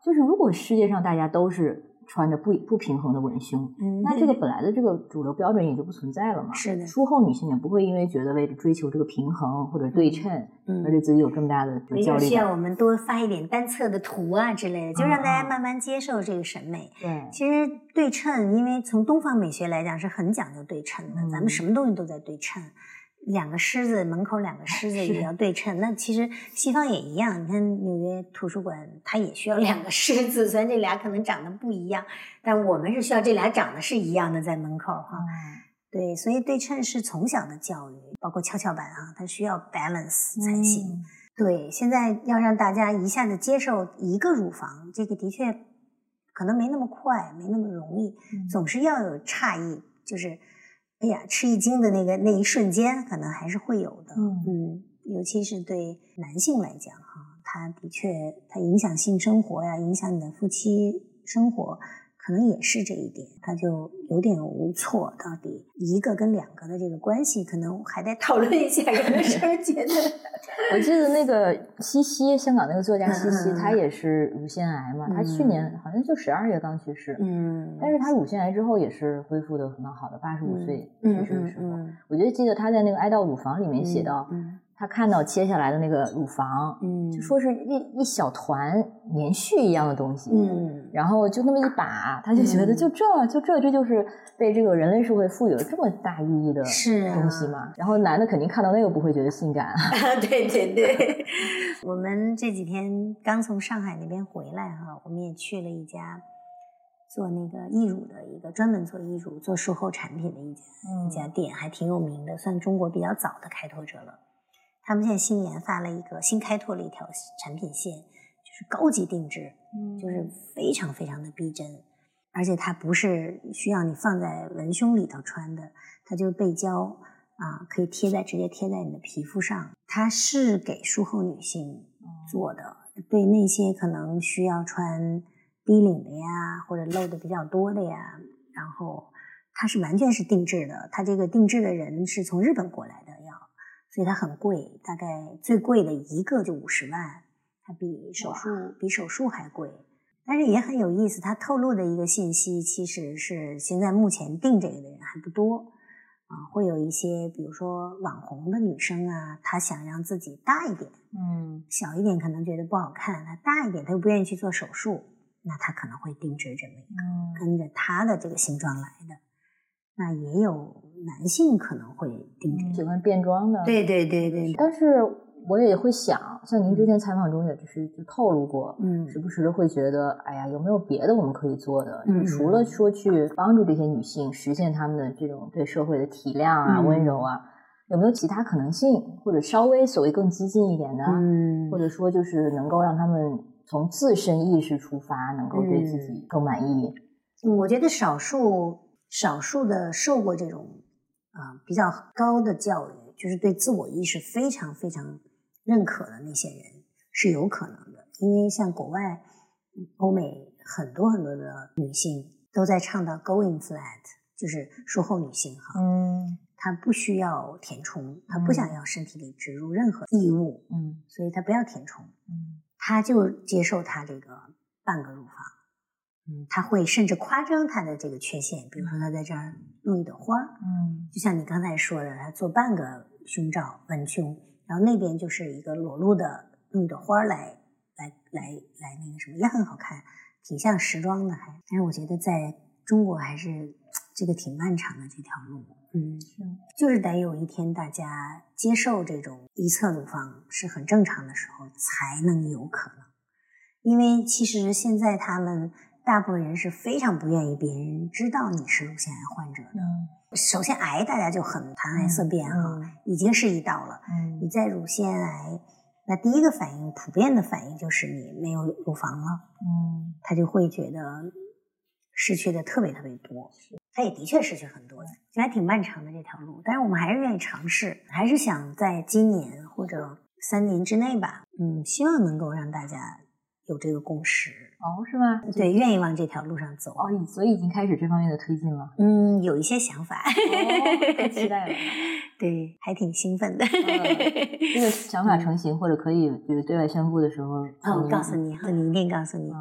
就是如果世界上大家都是穿着不不平衡的文胸， 嗯， 那这个本来的这个主流标准也就不存在了嘛。 是的， 术后女性也不会因为觉得为了追求这个平衡或者对称，嗯，而且自己有这么大的焦虑感。 需要我们多发一点单侧的图啊之类的，就让大家慢慢接受这个审美。 对、嗯， 其实对称，因为从东方美学来讲是很讲究对称的，嗯、咱们什么东西都在对称。两个狮子门口两个狮子也要对称，那其实西方也一样。你看纽约图书馆，它也需要两个狮子，虽然这俩可能长得不一样，但我们是需要这俩长得是一样的在门口哈。嗯、对，所以对称是从小的教育，包括跷跷板啊，它需要 balance 才行。嗯、对，现在要让大家一下子接受一个乳房，这个的确可能没那么快，没那么容易，嗯、总是要有诧异，就是。哎呀，吃一惊的那个那一瞬间，可能还是会有的。嗯嗯，尤其是对男性来讲，哈，他的确，他影响性生活呀，影响你的夫妻生活，可能也是这一点，他就有点无措。到底一个跟两个的这个关系，可能还得讨论一下。有的时候觉得， 我记得那个西西，香港那个作家西西，嗯、他也是乳腺癌嘛，嗯、他去年好像就十二月刚去世。嗯，但是他乳腺癌之后也是恢复的蛮好的，八十五岁去世的时候，嗯嗯嗯、我觉得记得他在那个哀悼乳房里面写到。嗯嗯他看到切下来的那个乳房，嗯，就说是一一小团棉絮一样的东西，嗯，然后就那么一把，他就觉得就这、嗯、就这这就是被这个人类社会赋予了这么大意义的东西嘛。啊、然后男的肯定看到那个不会觉得性感啊。 对对对，我们这几天刚从上海那边回来哈，我们也去了一家做那个义乳的一个专门做义乳做术后产品的一家、嗯、一家店，还挺有名的，算中国比较早的开拓者了。他们现在新研发了一个新开拓了一条产品线，就是高级定制，嗯，就是非常非常的逼真，而且它不是需要你放在文胸里头穿的，它就是背胶啊，可以贴在直接贴在你的皮肤上。它是给术后女性做的，嗯、对那些可能需要穿低领的呀，或者露的比较多的呀，然后它是完全是定制的，它这个定制的人是从日本过来的。所以它很贵，大概最贵的一个就五十万，它比手术比手术还贵。但是也很有意思，它透露的一个信息其实是现在目前订这个的人还不多啊，会有一些比如说网红的女生啊，她想让自己大一点，嗯，小一点可能觉得不好看，她大一点她又不愿意去做手术，那她可能会定制这么一个、嗯、跟着她的这个形状来的。那也有男性可能会定制、 嗯、喜欢变装的， 对对对对。 但是我也会想，像您之前采访中也就是就透露过，嗯，时不时的会觉得，哎呀，有没有别的我们可以做的？嗯，就是除了说去帮助这些女性实现她们的这种对社会的体谅啊、嗯、温柔啊，有没有其他可能性，或者稍微所谓更激进一点的，嗯，或者说就是能够让他们从自身意识出发，能够对自己更满意？ 嗯，我觉得少数。少数的受过这种啊、呃、比较高的教育，就是对自我意识非常非常认可的那些人是有可能的，因为像国外欧美很多很多的女性都在倡导 going flat， 就是术后女性哈，嗯，她不需要填充，她不想要身体里植入任何异物，嗯，所以她不要填充，嗯，她就接受她这个半个乳房。嗯，他会甚至夸张他的这个缺陷，比如说他在这儿弄一朵花，嗯，就像你刚才说的，他做半个胸罩文胸，然后那边就是一个裸露的弄一朵花来来来来那个什么，也很好看，挺像时装的还。但是我觉得在中国还是这个挺漫长的这条路，嗯，是，就是得有一天大家接受这种一侧乳房是很正常的时候，才能有可能。因为其实现在他们。大部分人是非常不愿意别人知道你是乳腺癌患者的。嗯、首先癌大家就很谈癌色变哈、嗯嗯，已经是一道了。嗯，你在乳腺癌，那第一个反应，普遍的反应就是你没有乳房了。嗯，他就会觉得失去的特别特别多。他也的确失去很多，就还挺漫长的这条路。但是我们还是愿意尝试，还是想在今年或者三年之内吧，嗯，希望能够让大家有这个共识。 哦，是吗？ 对，愿意往这条路上走。 哦，所以已经开始这方面的推进了。 嗯，有一些想法。 哦，太期待了。 对，还挺兴奋的。 呃、这个想法成型、嗯、或者可以就是对外宣布的时候， 哦，我告诉你，你一定告诉你。嗯，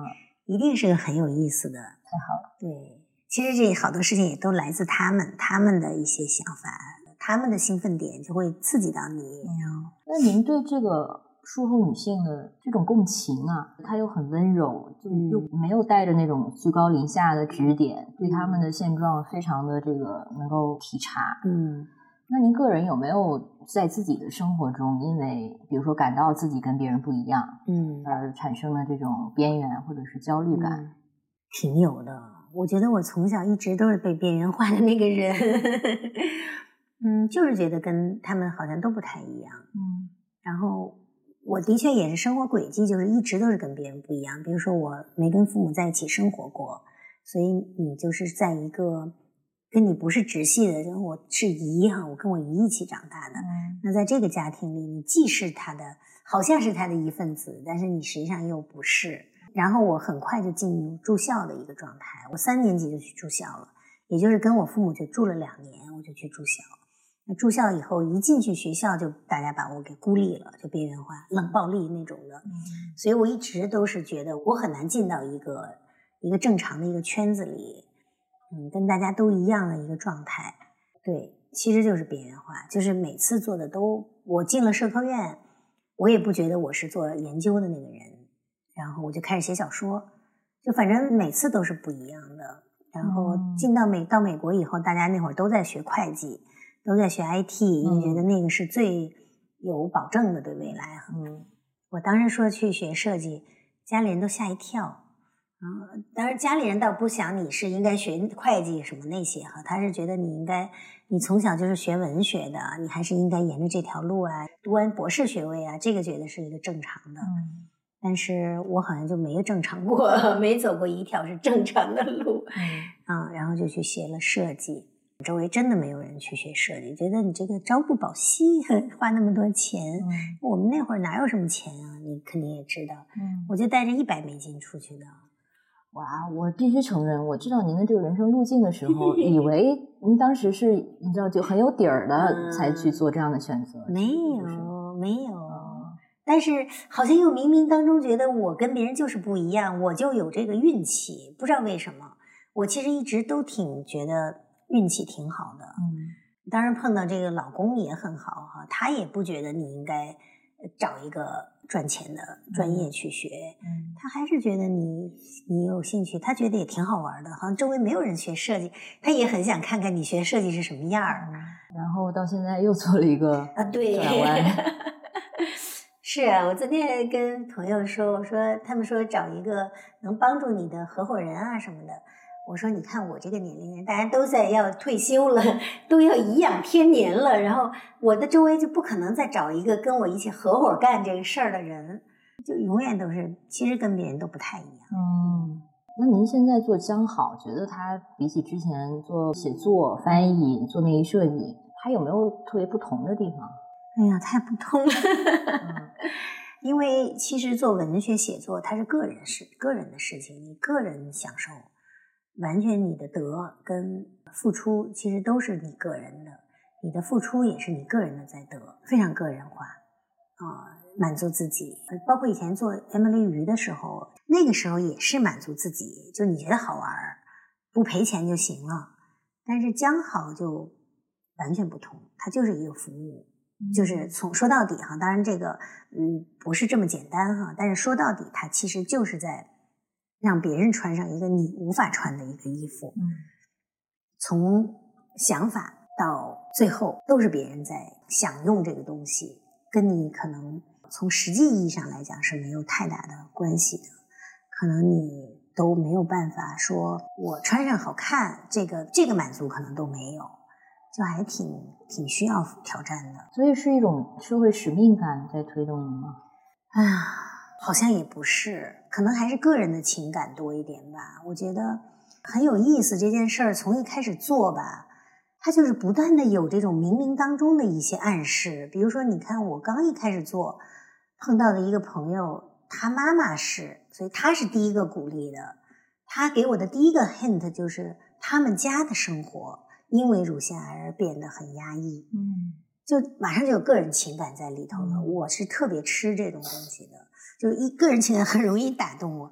一定是个很有意思的。 太好了。 对，其实这好多事情也都来自他们，他们的一些想法，他们的兴奋点就会刺激到你。然后， 那您对这个术后女性的这种共情啊，她又很温柔，就又没有带着那种居高临下的指点，嗯、对他们的现状非常的这个能够体察。 嗯， 那您个人有没有在自己的生活中，因为比如说感到自己跟别人不一样， 嗯， 而产生了这种边缘或者是焦虑感？ 嗯、挺有的。我觉得我从小一直都是被边缘化的那个人，嗯，就是觉得跟他们好像都不太一样。 嗯， 然后我的确也是生活轨迹，就是一直都是跟别人不一样。比如说我没跟父母在一起生活过，所以你就是在一个跟你不是直系的，就是我是姨哈，我跟我姨一起长大的。 嗯， 那在这个家庭里，你既是他的，好像是他的一份子，但是你实际上又不是。然后我很快就进入住校的一个状态，我三年级就去住校了，也就是跟我父母就住了两年，我就去住校。那住校以后一进去学校就大家把我给孤立了，就边缘化、冷暴力那种的。嗯，所以我一直都是觉得我很难进到一个一个正常的一个圈子里，嗯，跟大家都一样的一个状态。对，其实就是边缘化，就是每次做的都，我进了社科院，我也不觉得我是做研究的那个人。然后我就开始写小说，就反正每次都是不一样的。然后进到美到美国以后，大家那会儿都在学会计，都在学 I T， 因为觉得那个是最有保证的对未来哈。嗯，我当时说去学设计，家里人都吓一跳。嗯，当然家里人倒不想你是应该学会计什么那些哈，他是觉得你应该，你从小就是学文学的，你还是应该沿着这条路啊，读完博士学位啊，这个觉得是一个正常的。嗯，但是我好像就没有正常过，没走过一条是正常的路。嗯，啊，然后就去学了设计。周围真的没有人去学设计，觉得你这个朝不保夕，花那么多钱。嗯，我们那会儿哪有什么钱啊？你肯定也知道。嗯，我就带着一百美金出去的。 哇，我必须承认，我知道您的这个人生路径的时候，以为您当时是你知道就很有底儿的、嗯、才去做这样的选择。 没有，没有。嗯，但是好像又冥冥当中觉得我跟别人就是不一样，我就有这个运气，不知道为什么。我其实一直都挺觉得运气挺好的。嗯，当然碰到这个老公也很好哈，他也不觉得你应该找一个赚钱的专业去学。嗯，他还是觉得你你有兴趣，他觉得也挺好玩的，好像周围没有人学设计，他也很想看看你学设计是什么样儿。嗯， 然后到现在又做了一个啊，对， 转弯。 是啊，我昨天跟朋友说，我说他们说找一个能帮助你的合伙人啊什么的，我说你看我这个年龄人，大家都在要退休了，都要颐养天年了，然后我的周围就不可能再找一个跟我一起合伙干这个事儿的人，就永远都是其实跟别人都不太一样。 嗯，那您现在做江好，觉得它比起之前做写作、翻译、做内衣设计，它有没有特别不同的地方？ 哎呀，太不同了。嗯，因为其实做文学写作它是个人事个人的事情，你个人享受，完全你的得跟付出其实都是你个人的，你的付出也是你个人的在得，非常个人化啊，呃，满足自己。包括以前做 Emily 鱼的时候，那个时候也是满足自己，就你觉得好玩，不赔钱就行了。但是江好就完全不同，它就是一个服务。就是从说到底哈，当然这个嗯不是这么简单哈，但是说到底它其实就是在让别人穿上一个你无法穿的一个衣服。嗯，从想法到最后都是别人在享用这个东西，跟你可能从实际意义上来讲是没有太大的关系的，可能你都没有办法说我穿上好看，这个这个满足可能都没有，就还挺挺需要挑战的。 所以是一种社会使命感在推动你吗？ 啊，好像也不是，可能还是个人的情感多一点吧。我觉得很有意思，这件事儿从一开始做吧，它就是不断的有这种冥冥当中的一些暗示。比如说你看我刚一开始做碰到的一个朋友，他妈妈是，所以他是第一个鼓励的，他给我的第一个 hint 就是他们家的生活因为乳腺癌而变得很压抑。嗯，就马上就有个人情感在里头了。嗯，我是特别吃这种东西的，就一个人情感很容易打动我。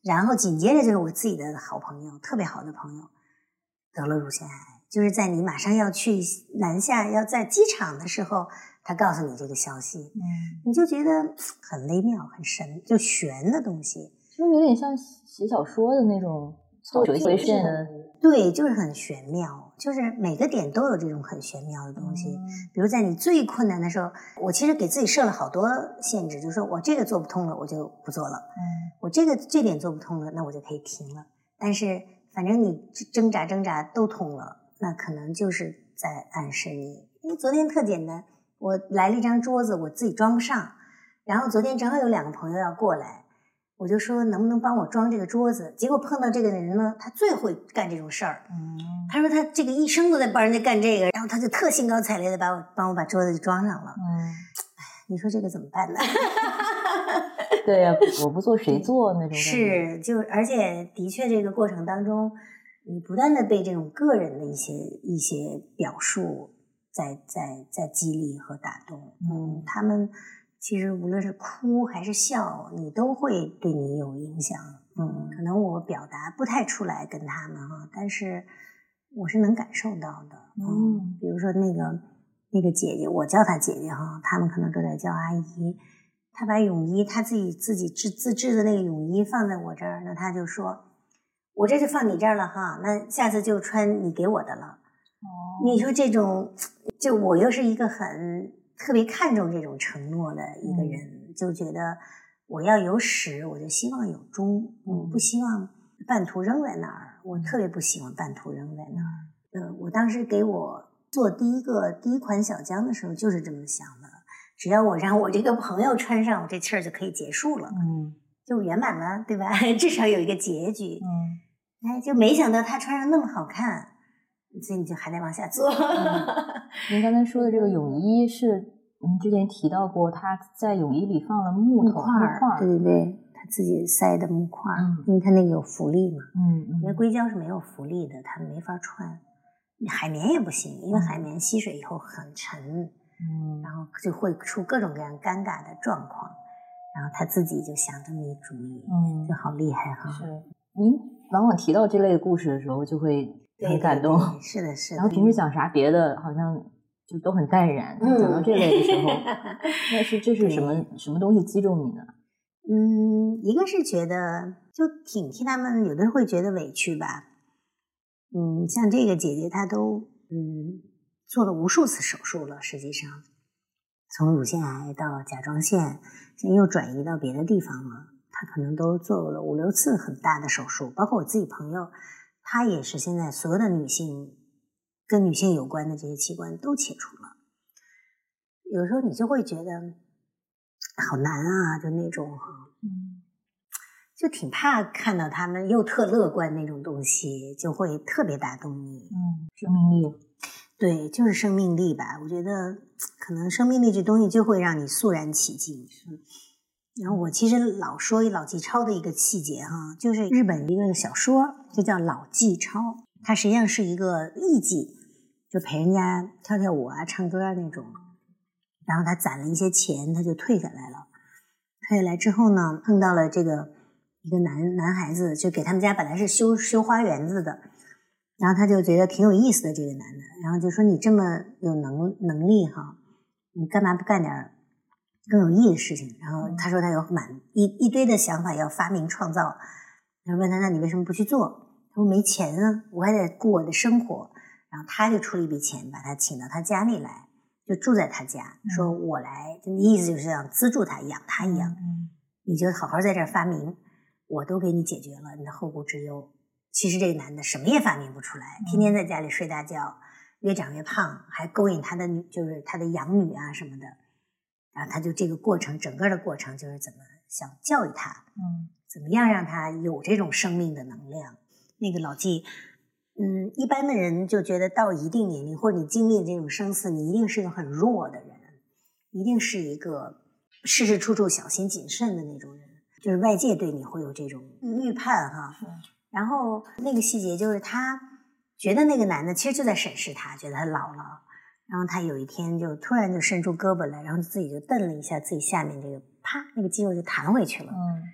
然后紧接着就是我自己的好朋友，特别好的朋友得了乳腺癌，就是在你马上要去南下要在机场的时候，他告诉你这个消息，嗯，你就觉得很微妙很神，就玄的东西， 是不是有点像写小说的那种草回线的？ 对，就是很玄妙，就是每个点都有这种很玄妙的东西、嗯、比如在你最困难的时候，我其实给自己设了好多限制，就是说我这个做不通了我就不做了，嗯，我这个这点做不通了那我就可以停了，但是反正你挣扎挣扎都通了，那可能就是在暗示你，因为昨天特简单，我来了一张桌子我自己装不上，然后昨天正好有两个朋友要过来，我就说能不能帮我装这个桌子，结果碰到这个人呢，他最会干这种事儿、嗯、他说他这个一生都在帮人家干这个，然后他就特兴高采烈的把我帮我把桌子就装上了，嗯，你说这个怎么办呢？ 对呀、啊，我不做谁做那种感觉。 是，就而且的确这个过程当中你不断的被这种个人的一些一些表述在在在激励和打动，嗯，他们其实无论是哭还是笑你都会对你有影响，嗯，可能我表达不太出来跟他们哈，但是我是能感受到的，嗯，比如说那个那个姐姐，我叫她姐姐哈，他们可能都在叫阿姨，她把泳衣她自己自己制自制的那个泳衣放在我这儿，那她就说我这就放你这儿了哈，那下次就穿你给我的了，哦，你说这种就我又是一个很特别看重这种承诺的一个人、嗯、就觉得我要有始我就希望有终，嗯，不希望半途扔在那儿，我特别不喜欢半途扔在那儿，呃，我当时给我做第一个第一款小江的时候就是这么想的，只要我让我这个朋友穿上，我这事儿就可以结束了，嗯，就圆满了，对吧？至少有一个结局，嗯，哎，就没想到他穿上那么好看，所以你就还得往下做。 嗯、您刚才说的这个泳衣是您之前提到过，他在泳衣里放了木头木块儿，对对对，他自己塞的木块儿、嗯，因为他那个有浮力嘛，嗯嗯，因为硅胶是没有浮力的，他没法穿。海绵也不行，因为海绵吸水以后很沉，嗯，然后就会出各种各样尴尬的状况，然后他自己就想这么一主意，嗯，就好厉害哈。 是，您往往提到这类故事的时候就会很感动， 对对对，是的是的。 然后平时讲啥别的好像就都很淡然，嗯、讲到这类的时候，那是这是什么什么东西击中你呢？ 嗯，一个是觉得就挺替他们，有的人会觉得委屈吧。嗯，像这个姐姐她都嗯做了无数次手术了，实际上从乳腺癌到甲状腺，现在又转移到别的地方了，她可能都做了五六次很大的手术，包括我自己朋友，她也是现在所有的女性跟女性有关的这些器官都切除了，有时候你就会觉得好难啊，就那种哈，嗯。就挺怕看到他们又特乐观那种东西，就会特别打动你。 嗯，生命力， 对，就是生命力吧。我觉得可能生命力这东西就会让你肃然起敬。嗯，然后我其实老说老纪超的一个细节哈，就是日本一个小说就叫老纪超，它实际上是一个艺妓，就陪人家跳跳舞啊、唱歌那种。然后他攒了一些钱，他就退下来了。退下来之后呢，碰到了这个。一个男男孩子就给他们家本来是修修花园子的，然后他就觉得挺有意思的这个男的，然后就说你这么有能能力哈，你干嘛不干点更有意义的事情？然后他说他有满一一堆的想法要发明创造，然后问他那你为什么不去做？他说没钱啊，我还得顾我的生活。然后他就出了一笔钱把他请到他家里来，就住在他家，嗯、说我来，意思就是想资助他养他一样，嗯、你就好好在这儿发明。我都给你解决了你的后顾之忧。其实这个男的什么也发明不出来，天天在家里睡大觉，越长越胖，还勾引他的就是他的养女啊什么的。然后他就这个过程，整个的过程就是怎么想教育他，嗯，怎么样让他有这种生命的能量。那个老纪，嗯，一般的人就觉得到一定年龄或者你经历这种生死，你一定是个很弱的人，一定是一个事事处处小心谨慎的那种人。就是外界对你会有这种预判哈，然后那个细节就是他觉得那个男的其实就在审视他，觉得他老了，然后他有一天就突然就伸出胳膊来，然后自己就蹬了一下自己下面这个，啪，那个肌肉就弹回去了。嗯，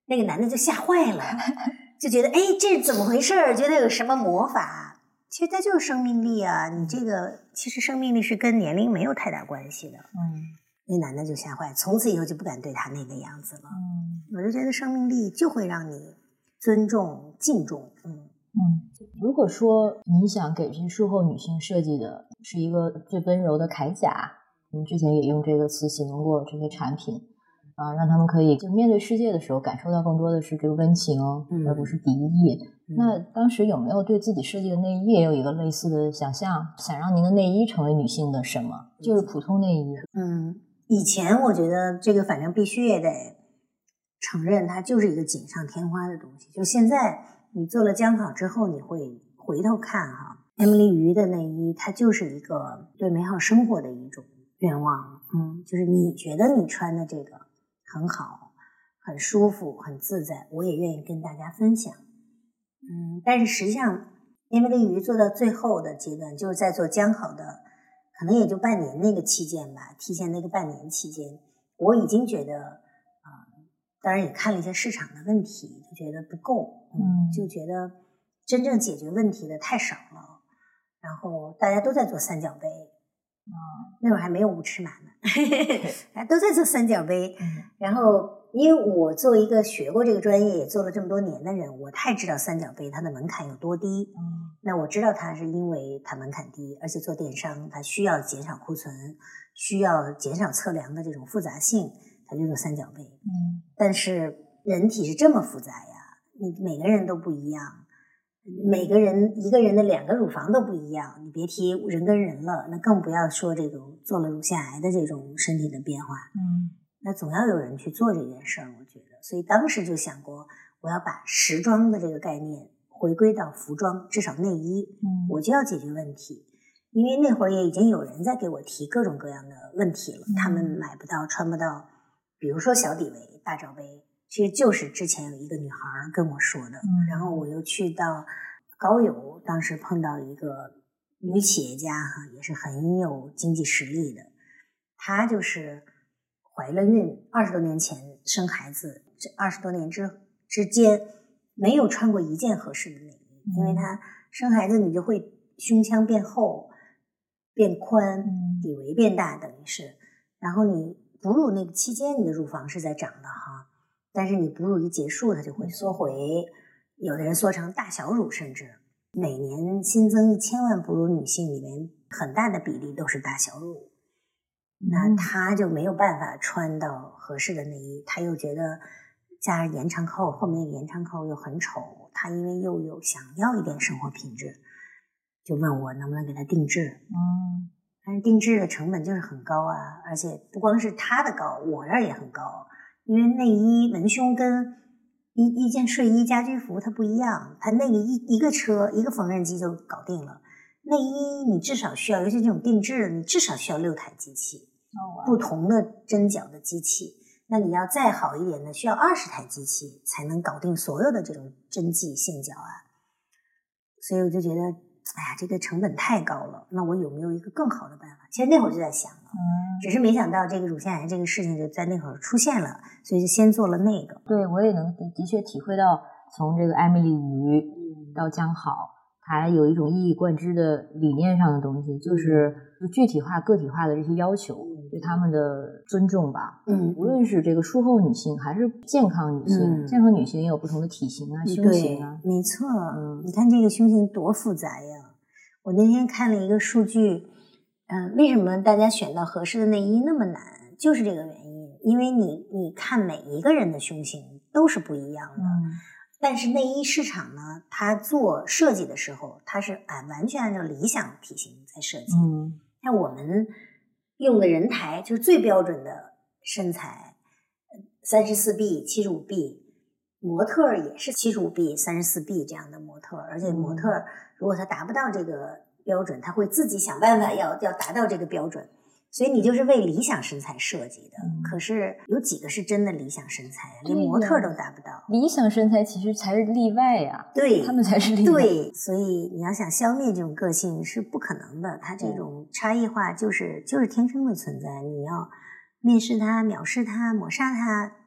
那个男的就吓坏了，就觉得哎，这怎么回事？觉得有什么魔法？其实它就是生命力啊！你这个其实生命力是跟年龄没有太大关系的。 嗯， 那男的就吓坏，从此以后就不敢对他那个样子了。 嗯， 我就觉得生命力就会让你尊重、敬重。嗯嗯，如果说你想给这术后女性设计的是一个最温柔的铠甲，我们之前也用这个词形容过这些产品啊，让他们可以就面对世界的时候感受到更多的是这个温情，嗯、而不是敌意。嗯、那当时有没有对自己设计的内衣也有一个类似的想象？想让您的内衣成为女性的什么？就是普通内衣。 嗯，以前我觉得这个反正必须也得承认，它就是一个锦上添花的东西。就现在你做了将好之后，你会回头看哈，Emily Yu的内衣，它就是一个对美好生活的一种愿望。嗯，就是你觉得你穿的这个很好，很舒服，很自在，我也愿意跟大家分享。嗯，但是实际上 Emily Yu做到最后的阶段，就是在做将好的可能也就半年那个期间吧，提前那个半年期间，我已经觉得啊、呃，当然也看了一些市场的问题，就觉得不够，嗯，就觉得真正解决问题的太少了，然后大家都在做三角杯，啊、嗯，那会儿还没有无尺码呢，大家都在做三角杯，嗯、然后因为我作为一个学过这个专业也做了这么多年的人，我太知道三角杯它的门槛有多低。嗯，那我知道它是因为它门槛低，而且做电商它需要减少库存，需要减少测量的这种复杂性，它就做三角杯。嗯，但是人体是这么复杂呀，你每个人都不一样，每个人一个人的两个乳房都不一样，你别提人跟人了，那更不要说这种做了乳腺癌的这种身体的变化。嗯。那总要有人去做这件事儿，我觉得，所以当时就想过，我要把时装的这个概念回归到服装，至少内衣，嗯，我就要解决问题。因为那会儿也已经有人在给我提各种各样的问题了，嗯、他们买不到、穿不到，比如说小底围、大罩杯，其实就是之前有一个女孩跟我说的。嗯、然后我又去到高邮，当时碰到一个女企业家哈，也是很有经济实力的，她就是怀了孕，二十多年前生孩子，这二十多年之之间没有穿过一件合适的内衣，嗯、因为她生孩子你就会胸腔变厚、变宽，嗯、底围变大，等于是，然后你哺乳那个期间，你的乳房是在长的哈，但是你哺乳一结束，它就会缩回，有的人缩成大小乳，甚至每年新增一千万哺乳女性里面，很大的比例都是大小乳。那他就没有办法穿到合适的内衣，他又觉得加上延长扣，后面那个延长扣又很丑，他因为又有想要一点生活品质，就问我能不能给他定制。嗯，但是定制的成本就是很高啊，而且不光是他的高，我这儿也很高，因为内衣文胸跟一一件睡衣家居服它不一样，它那个一一个车一个缝纫机就搞定了。内衣你至少需要，尤其这种定制的，你至少需要六台机器，哦、不同的针脚的机器。那你要再好一点的，需要二十台机器才能搞定所有的这种针剂线脚啊。所以我就觉得，哎呀，这个成本太高了。那我有没有一个更好的办法？其实那会儿就在想了，嗯、只是没想到这个乳腺癌这个事情就在那会儿出现了，所以就先做了那个。 对，我也能的的确体会到，从这个艾米丽鱼到江好。还有一种一以贯之的理念上的东西，就是就具体化、个体化的这些要求，对他们的尊重吧。嗯，无论是这个术后女性还是健康女性，嗯、健康女性也有不同的体型啊、胸型啊。 没错，嗯，你看这个胸型多复杂呀！我那天看了一个数据，嗯、呃，为什么大家选到合适的内衣那么难？就是这个原因，因为你你看每一个人的胸型都是不一样的。嗯，但是内衣市场呢，它做设计的时候，它是按完全按照理想体型在设计。嗯，像我们用的人台就是最标准的身材，三十四 B、七十五 B， 模特也是七十五 B、三十四 B 这样的模特，而且模特如果他达不到这个标准，他会自己想办法要要达到这个标准。所以你就是为理想身材设计的，嗯、可是有几个是真的理想身材，连模特都达不到。 理想身材其实才是例外呀， 对， 他们才是例外。 对，所以你要想消灭这种个性是不可能的，它这种差异化就是就是天生的存在，你要蔑视它、藐视它、抹杀它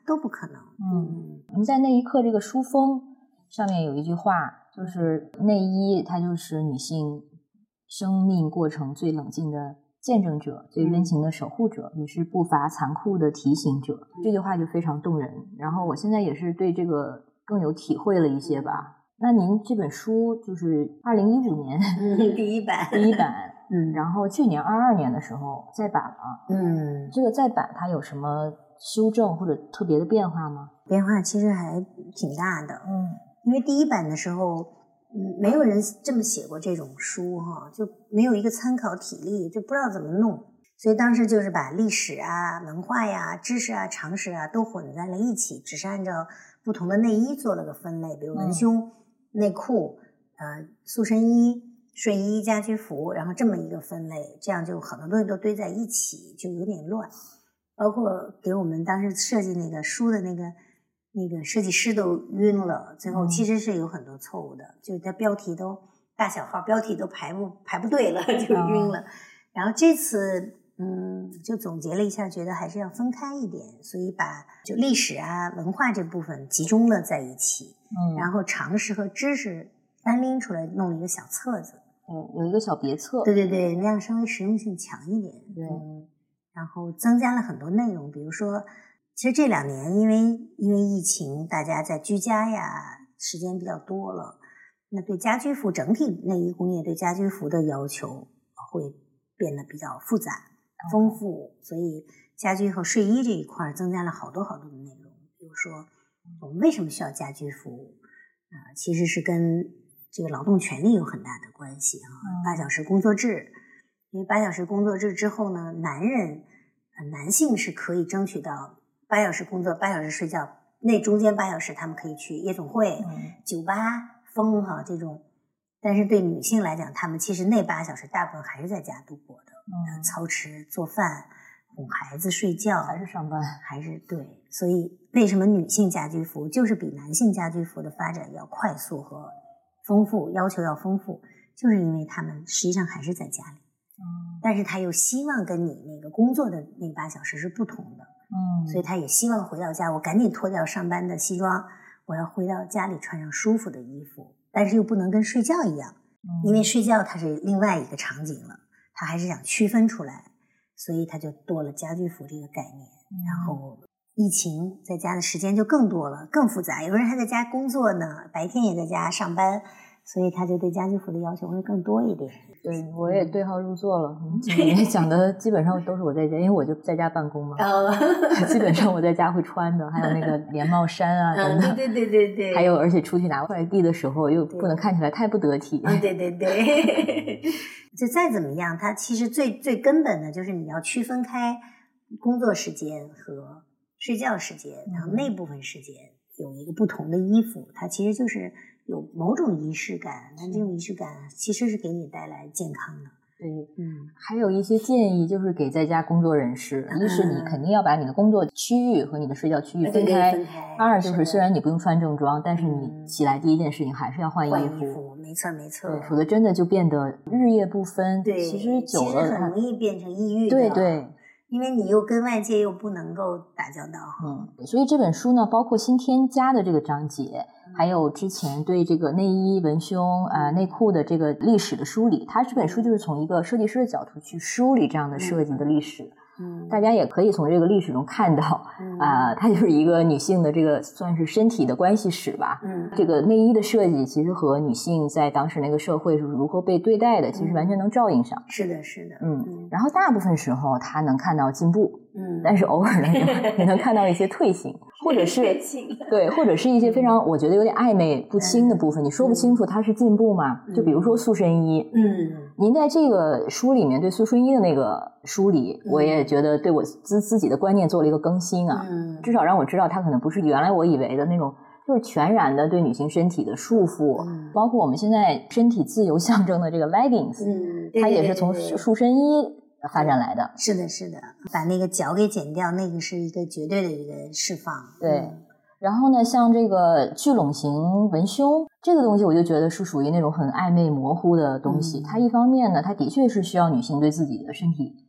都不可能。 嗯，您在那一刻这个书封上面有一句话，就是内衣它就是女性生命过程最冷静的见证者，最温情的守护者，也是不乏残酷的提醒者。这句话就非常动人，然后我现在也是对这个更有体会了一些吧。那您这本书就是二零一五年、 嗯、第一版第一版嗯， 然后去年二二年的时候再版了。 嗯， 这个再版它有什么修正或者特别的变化吗？ 变化其实还挺大的。 嗯， 因为第一版的时候嗯，没有人这么写过这种书哈，就没有一个参考体例，就不知道怎么弄，所以当时就是把历史啊、文化呀、知识啊、常识啊都混在了一起，只是按照不同的内衣做了个分类，比如文胸、嗯、内裤、呃塑身衣、睡衣、家居服，然后这么一个分类，这样就很多东西都堆在一起，就有点乱。包括给我们当时设计那个书的那个。那个设计师都晕了，最后其实是有很多错误的，嗯、就是它标题都大小号标题都排不排不对了，就晕了。嗯、然后这次嗯，就总结了一下，觉得还是要分开一点，所以把就历史啊、文化这部分集中了在一起，嗯，然后常识和知识单拎出来，弄了一个小册子， 嗯，有一个小别册， 对对对，那样稍微实用性强一点， 对， 嗯，然后增加了很多内容，比如说。其实这两年因为因为疫情大家在居家呀时间比较多了，那对家居服整体内衣工业对家居服的要求会变得比较复杂丰富，所以家居和睡衣这一块增加了好多好多的内容。比如说我们为什么需要家居服啊、呃，其实是跟这个劳动权利有很大的关系啊。八小时工作制，因为八小时工作制之后呢，男人呃男性是可以争取到八小时工作，八小时睡觉，那中间八小时他们可以去夜总会、嗯、酒吧、疯哈这种。但是对女性来讲，她们其实那八小时大部分还是在家度过的，嗯，操持、做饭、哄孩子、睡觉， 还是上班， 还是对。所以为什么女性家居服就是比男性家居服的发展要快速和丰富，要求要丰富，就是因为他们实际上还是在家里，嗯，但是他又希望跟你那个工作的那八小时是不同的。嗯，所以他也希望回到家，我赶紧脱掉上班的西装，我要回到家里穿上舒服的衣服，但是又不能跟睡觉一样，嗯、因为睡觉它是另外一个场景了，他还是想区分出来，所以他就多了家居服这个概念。嗯、然后疫情在家的时间就更多了，更复杂，有人还在家工作呢，白天也在家上班，所以他就对家居服的要求会更多一点。 对，我也对号入座了。你讲的基本上都是我在家，因为我就在家办公嘛。哦，基本上我在家会穿的，还有那个连帽衫啊等等。 嗯，对对对对对。 还有，而且出去拿快递的时候又不能看起来太不得体。 嗯，对对对。就再怎么样，它其实最最根本的就是你要区分开工作时间和睡觉时间，然后那部分时间有一个不同的衣服，它其实就是有某种仪式感，但这种仪式感其实是给你带来健康的。 对，嗯，还有一些建议就是给在家工作人士，嗯、一是你肯定要把你的工作区域和你的睡觉区域分开， 分开二就是虽然你不用穿正装，但是你起来第一件事情还是要换衣服， 换衣服，没错没错， 对，否则真的就变得日夜不分。 对， 其实久了其实很容易变成抑郁的。 对对。 因为你又跟外界又不能够打交道， 嗯，所以这本书呢，包括新添加的这个章节，还有之前对这个内衣、文胸啊、呃、内裤的这个历史的梳理，它这本书就是从一个设计师的角度去梳理这样的设计的历史。嗯，大家也可以从这个历史中看到，啊、嗯呃，它就是一个女性的这个算是身体的关系史吧。嗯，这个内衣的设计其实和女性在当时那个社会是如何被对待的，其实完全能照应上。 是的，是的。 嗯，嗯然后大部分时候它能看到进步，嗯，但是偶尔呢也能看到一些退行，或者是对，或者是一些非常我觉得有点暧昧不清的部分，嗯、你说不清楚它是进步吗？嗯、就比如说塑身衣，嗯。您在这个书里面对塑身衣的那个梳理，嗯、我也觉得对我自自己的观念做了一个更新啊，嗯、至少让我知道它可能不是原来我以为的那种就是全然的对女性身体的束缚，嗯、包括我们现在身体自由象征的这个 leggings，嗯、它也是从塑身衣发展来的。 是的，是的，把那个脚给剪掉，那个是一个绝对的一个释放。 对。 嗯然后呢，像这个聚拢型文胸这个东西，我就觉得是属于那种很暧昧模糊的东西。嗯、它一方面呢，它的确是需要女性对自己的身体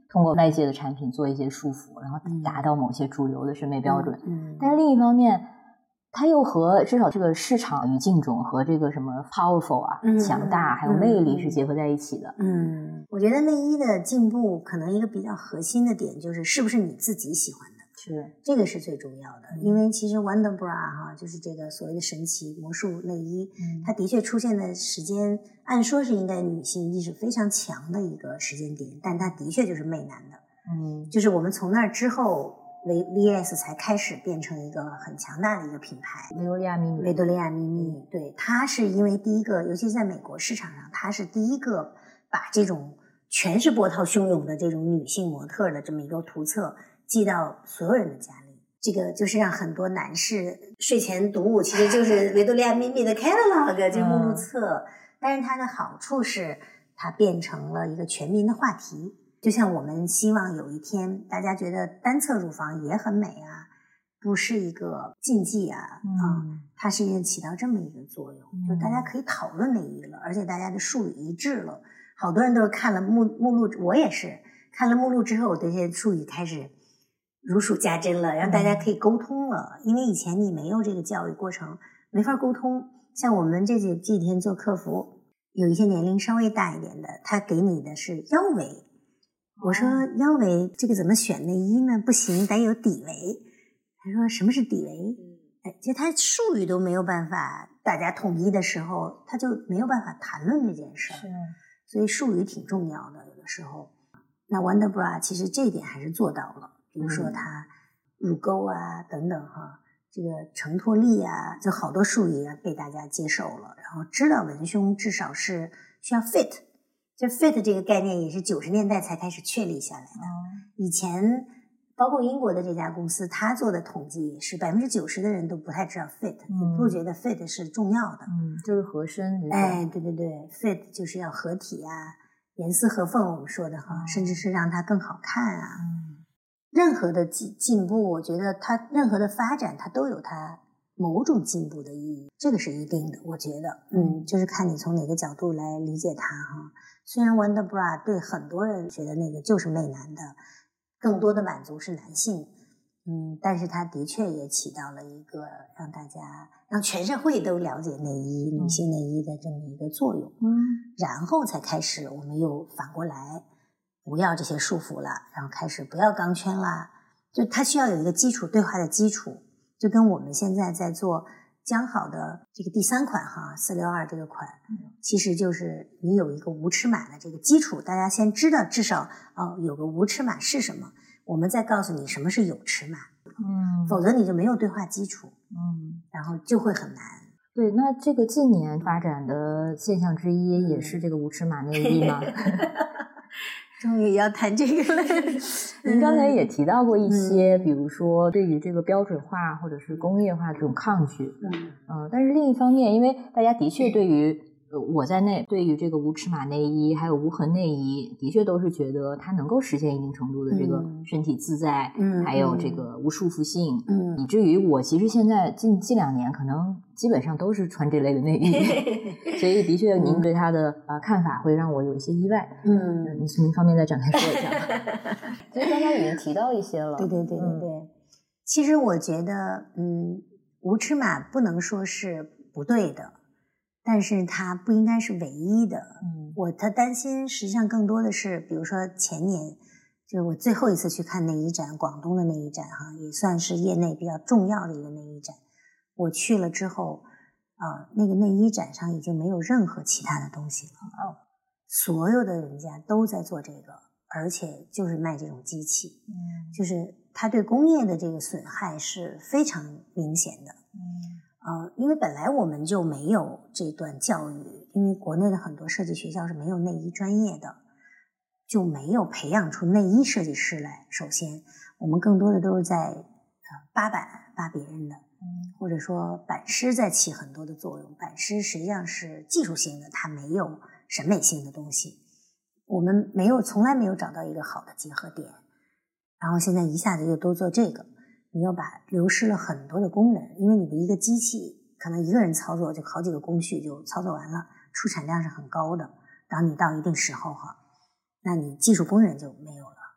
通过外界的产品做一些束缚，然后达到某些主流的审美标准。 嗯， 但是另一方面，它又和至少这个市场语境中和这个什么 powerful 啊、 嗯、 强大还有魅力是结合在一起的。 嗯，我觉得内衣的进步可能一个比较核心的点就是是不是你自己喜欢的。 是， 这个是最重要的， 嗯、 因为其实 Wonder Bra 哈，就是这个所谓的神奇魔术内衣， 嗯、 它的确出现的时间，按说是应该女性意识非常强的一个时间点，但它的确就是媚男的， 嗯， 就是我们从那之后 V VS 才开始变成一个很强大的一个品牌， 维多利亚秘密， 维多利亚秘密，对，它是因为第一个，尤其是在美国市场上，它是第一个把这种全是波涛汹涌的这种女性模特的这么一个图册寄到所有人的家里，这个就是让很多男士睡前读物，其实就是维多利亚秘密的 catalog 这目录册、嗯、但是它的好处是它变成了一个全民的话题，就像我们希望有一天大家觉得单侧乳房也很美啊，不是一个禁忌啊、 嗯、 啊，它是也起到这么一个作用、嗯、就大家可以讨论内衣了，而且大家的术语一致了，好多人都是看了目目录，我也是看了目录之后，对这些术语开始如数家珍了，让大家可以沟通了、嗯、因为以前你没有这个教育过程，没法沟通。像我们这几这几天做客服，有一些年龄稍微大一点的，他给你的是腰围，我说腰围这个怎么选内衣呢？不行，得有底围。他说什么是底围？哎，其实他术语都没有办法大家统一的时候，他就没有办法谈论这件事儿。所以术语挺重要的，有的时候。那 Wonder Bra 其实这一点还是做到了，比如说它乳沟啊等等哈，这个承托力啊，就好多术语啊被大家接受了，然后知道文胸至少是需要 fit， 就 fit 这个概念也是九十年代才开始确立下来的。嗯、以前包括英国的这家公司，他做的统计也是百分之九十的人都不太知道 fit，、嗯、不觉得 fit 是重要的。 嗯，就是合身。 哎，对对对 ，fit 就是要合体啊。严丝合缝，我们说的哈，甚至是让它更好看啊。嗯、任何的进进步，我觉得它任何的发展，它都有它某种进步的意义，这个是一定的。我觉得，嗯，就是看你从哪个角度来理解它哈。虽然 Wonder Bra 对很多人觉得那个就是媚男的，更多的满足是男性，嗯，但是它的确也起到了一个让大家让全社会都了解内衣、嗯、女性内衣的这么一个作用。嗯。然后才开始我们又反过来不要这些束缚了，然后开始不要钢圈啦，就它需要有一个基础对话的基础，就跟我们现在在做江好的这个第三款哈四六二这个款、嗯、其实就是你有一个无尺码的这个基础，大家先知道至少哦有个无尺码是什么，我们再告诉你什么是有尺码，嗯，否则你就没有对话基础，嗯，然后就会很难。 对，那这个近年发展的现象之一也是这个无尺码内衣吗？ 终于要谈这个了。 您刚才也提到过一些、嗯、比如说对于这个标准化或者是工业化这种抗拒，嗯、呃、但是另一方面，因为大家的确对于我在内对于这个无尺码内衣还有无痕内衣的确都是觉得它能够实现一定程度的这个身体自在、嗯、还有这个无束缚性、嗯、以至于我其实现在近近两年可能基本上都是穿这类的内衣所以的确您对它的、呃、看法会让我有一些意外。嗯，您您方便再展开说一下其实刚才已经提到一些了。 对对对对对、嗯、其实我觉得嗯，无尺码不能说是不对的，但是它不应该是唯一的。嗯，我他担心实际上更多的是比如说前年就是我最后一次去看内衣展，广东的内衣展哈，也算是业内比较重要的一个内衣展。我去了之后呃，那个内衣展上已经没有任何其他的东西了、哦、所有的人家都在做这个，而且就是卖这种机器。嗯，就是它对工业的这个损害是非常明显的。嗯呃，因为本来我们就没有这段教育，因为国内的很多设计学校是没有内衣专业的，就没有培养出内衣设计师来。首先我们更多的都是在呃扒板扒别人的，嗯，或者说版师在起很多的作用，版师实际上是技术性的，它没有审美性的东西，我们没有从来没有找到一个好的结合点，然后现在一下子又都做这个，你要把流失了很多的工人，因为你的一个机器可能一个人操作就好几个工序就操作完了，出产量是很高的，当你到一定时候哈，那你技术工人就没有了。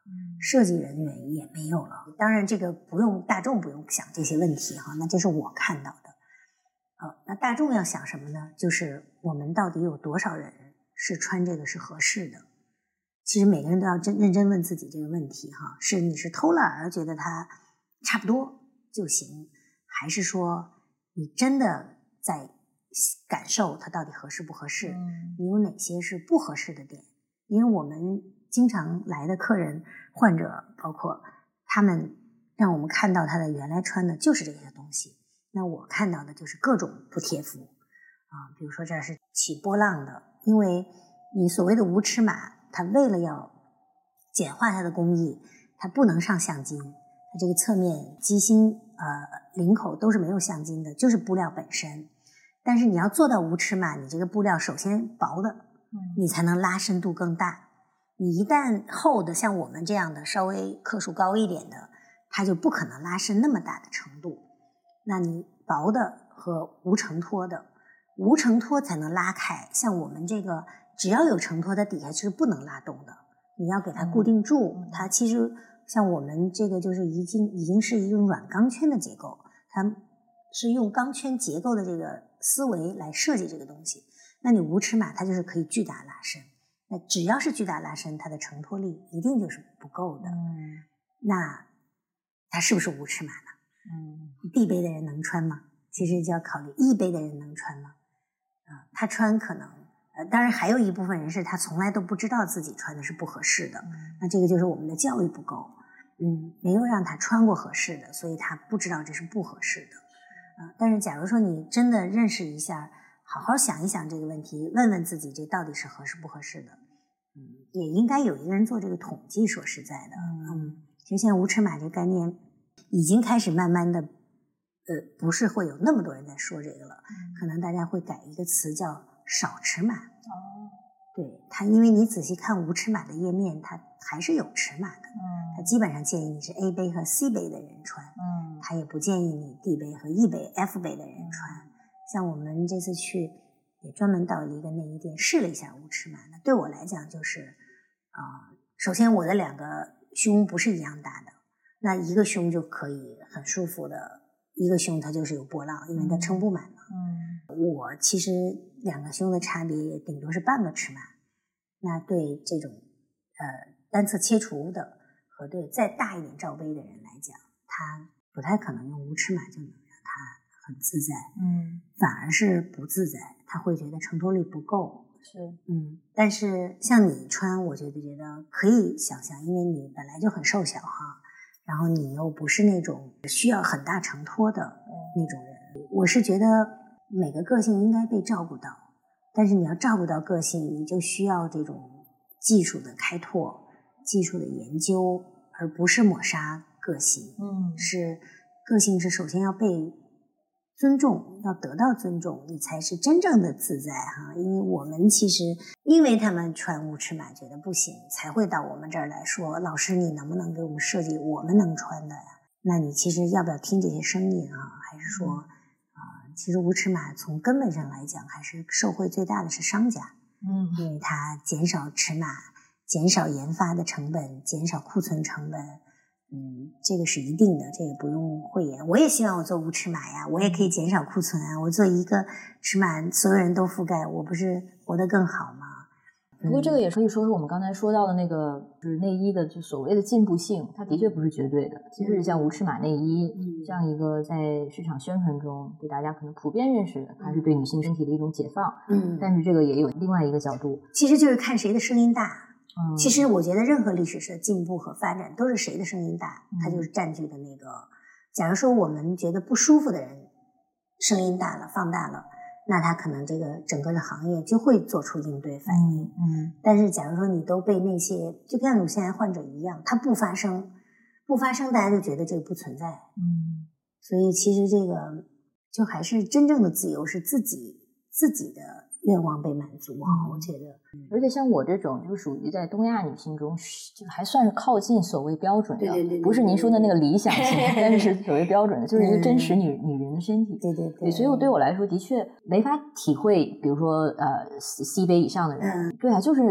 设计人员也没有了。当然这个不用大众不用想这些问题哈，那这是我看到的。呃，那大众要想什么呢？就是我们到底有多少人是穿这个是合适的？其实每个人都要真认真问自己这个问题哈，是你是偷懒而觉得它差不多就行，还是说你真的在感受它到底合适不合适？嗯、你有哪些是不合适的点？因为我们经常来的客人、患者，包括他们让我们看到他的原来穿的就是这些东西。那我看到的就是各种不贴服啊，比如说这是起波浪的，因为你所谓的无尺码，它为了要简化它的工艺，它不能上橡筋，它这个侧面机芯呃领口都是没有橡筋的，就是布料本身。但是你要做到无尺码，你这个布料首先薄的，你才能拉伸度更大。你一旦厚的，像我们这样的稍微克数高一点的，它就不可能拉伸那么大的程度。那你薄的和无承托的，无承托才能拉开。像我们这个只要有承托，它底下是不能拉动的，你要给它固定住。嗯、它其实像我们这个就是已经已经是一种软钢圈的结构，它是用钢圈结构的这个思维来设计这个东西。那你无尺码，它就是可以巨大拉伸。那只要是巨大拉伸，它的承托力一定就是不够的。嗯、那它是不是无尺码呢？嗯 ，D 杯的人能穿吗？其实就要考虑 E 杯的人能穿吗？啊、呃，他穿可能，呃，当然还有一部分人是他从来都不知道自己穿的是不合适的，嗯、那这个就是我们的教育不够，嗯，没有让他穿过合适的，所以他不知道这是不合适的。啊、呃，但是假如说你真的认识一下，好好想一想这个问题，问问自己这到底是合适不合适的，嗯，也应该有一个人做这个统计。说实在的，嗯，其实现在无尺码这个概念已经开始慢慢的，呃，不是会有那么多人在说这个了，嗯、可能大家会改一个词叫少尺码。哦，对，它因为你仔细看无尺码的页面，它还是有尺码的，嗯，它基本上建议你是 A 杯和 C 杯的人穿，嗯，它也不建议你 D 杯和 E 杯、F 杯的人穿。嗯、像我们这次去也专门到了一个内衣店试了一下无尺码的，对我来讲就是啊、呃，首先我的两个胸不是一样大的。那一个胸就可以很舒服的，一个胸它就是有波浪，因为它撑不满嘛。嗯，我其实两个胸的差别也顶多是半个尺码。那对这种呃单侧切除的和对再大一点罩杯的人来讲，他不太可能用无尺码就能让他很自在。嗯，反而是不自在，他会觉得承托力不够。是，嗯，但是像你穿，我觉得觉得可以想象，因为你本来就很瘦小哈。然后你又不是那种需要很大承托的那种人，我是觉得每个个性应该被照顾到，但是你要照顾到个性，你就需要这种技术的开拓、技术的研究，而不是抹杀个性。嗯，是个性是首先要被尊重，要得到尊重，你才是真正的自在哈。因为我们其实因为他们穿无尺码觉得不行，才会到我们这儿来说，老师你能不能给我们设计我们能穿的呀？那你其实要不要听这些声音啊？还是说啊、呃，其实无尺码从根本上来讲，还是受惠最大的是商家。嗯，因为它减少尺码，减少研发的成本，减少库存成本。嗯，这个是一定的，这也不用讳言。我也希望我做无尺码呀，我也可以减少库存啊。我做一个尺码，所有人都覆盖，我不是活得更好吗？ 不过这个也可以说是我们刚才说到的那个，就是内衣的就所谓的进步性，它的确不是绝对的。其实像无尺码内衣、嗯、这样一个在市场宣传中对大家可能普遍认识的，它是对女性身体的一种解放。嗯，但是这个也有另外一个角度， 其实就是看谁的声音大。嗯、其实我觉得任何历史的进步和发展都是谁的声音大，它就是占据的那个。假如说我们觉得不舒服的人声音大了、放大了，那他可能这个整个的行业就会做出应对反应。嗯，但是假如说你都被那些就跟乳腺癌患者一样，他不发声，不发声，大家就觉得这个不存在。嗯，所以其实这个就还是真正的自由是自己自己的愿望被满足啊，嗯、我觉得。 而且像我这种就属于在东亚女性中就还算是靠近所谓标准的， 对对 对, 对, 对， 不是您说的那个理想型，但是所谓标准的，就是一个真实女、嗯、女人的身体。 对对 对, 对，所以我对我来说的确没法体会，比如说呃 C 杯以上的人，嗯、对啊，就是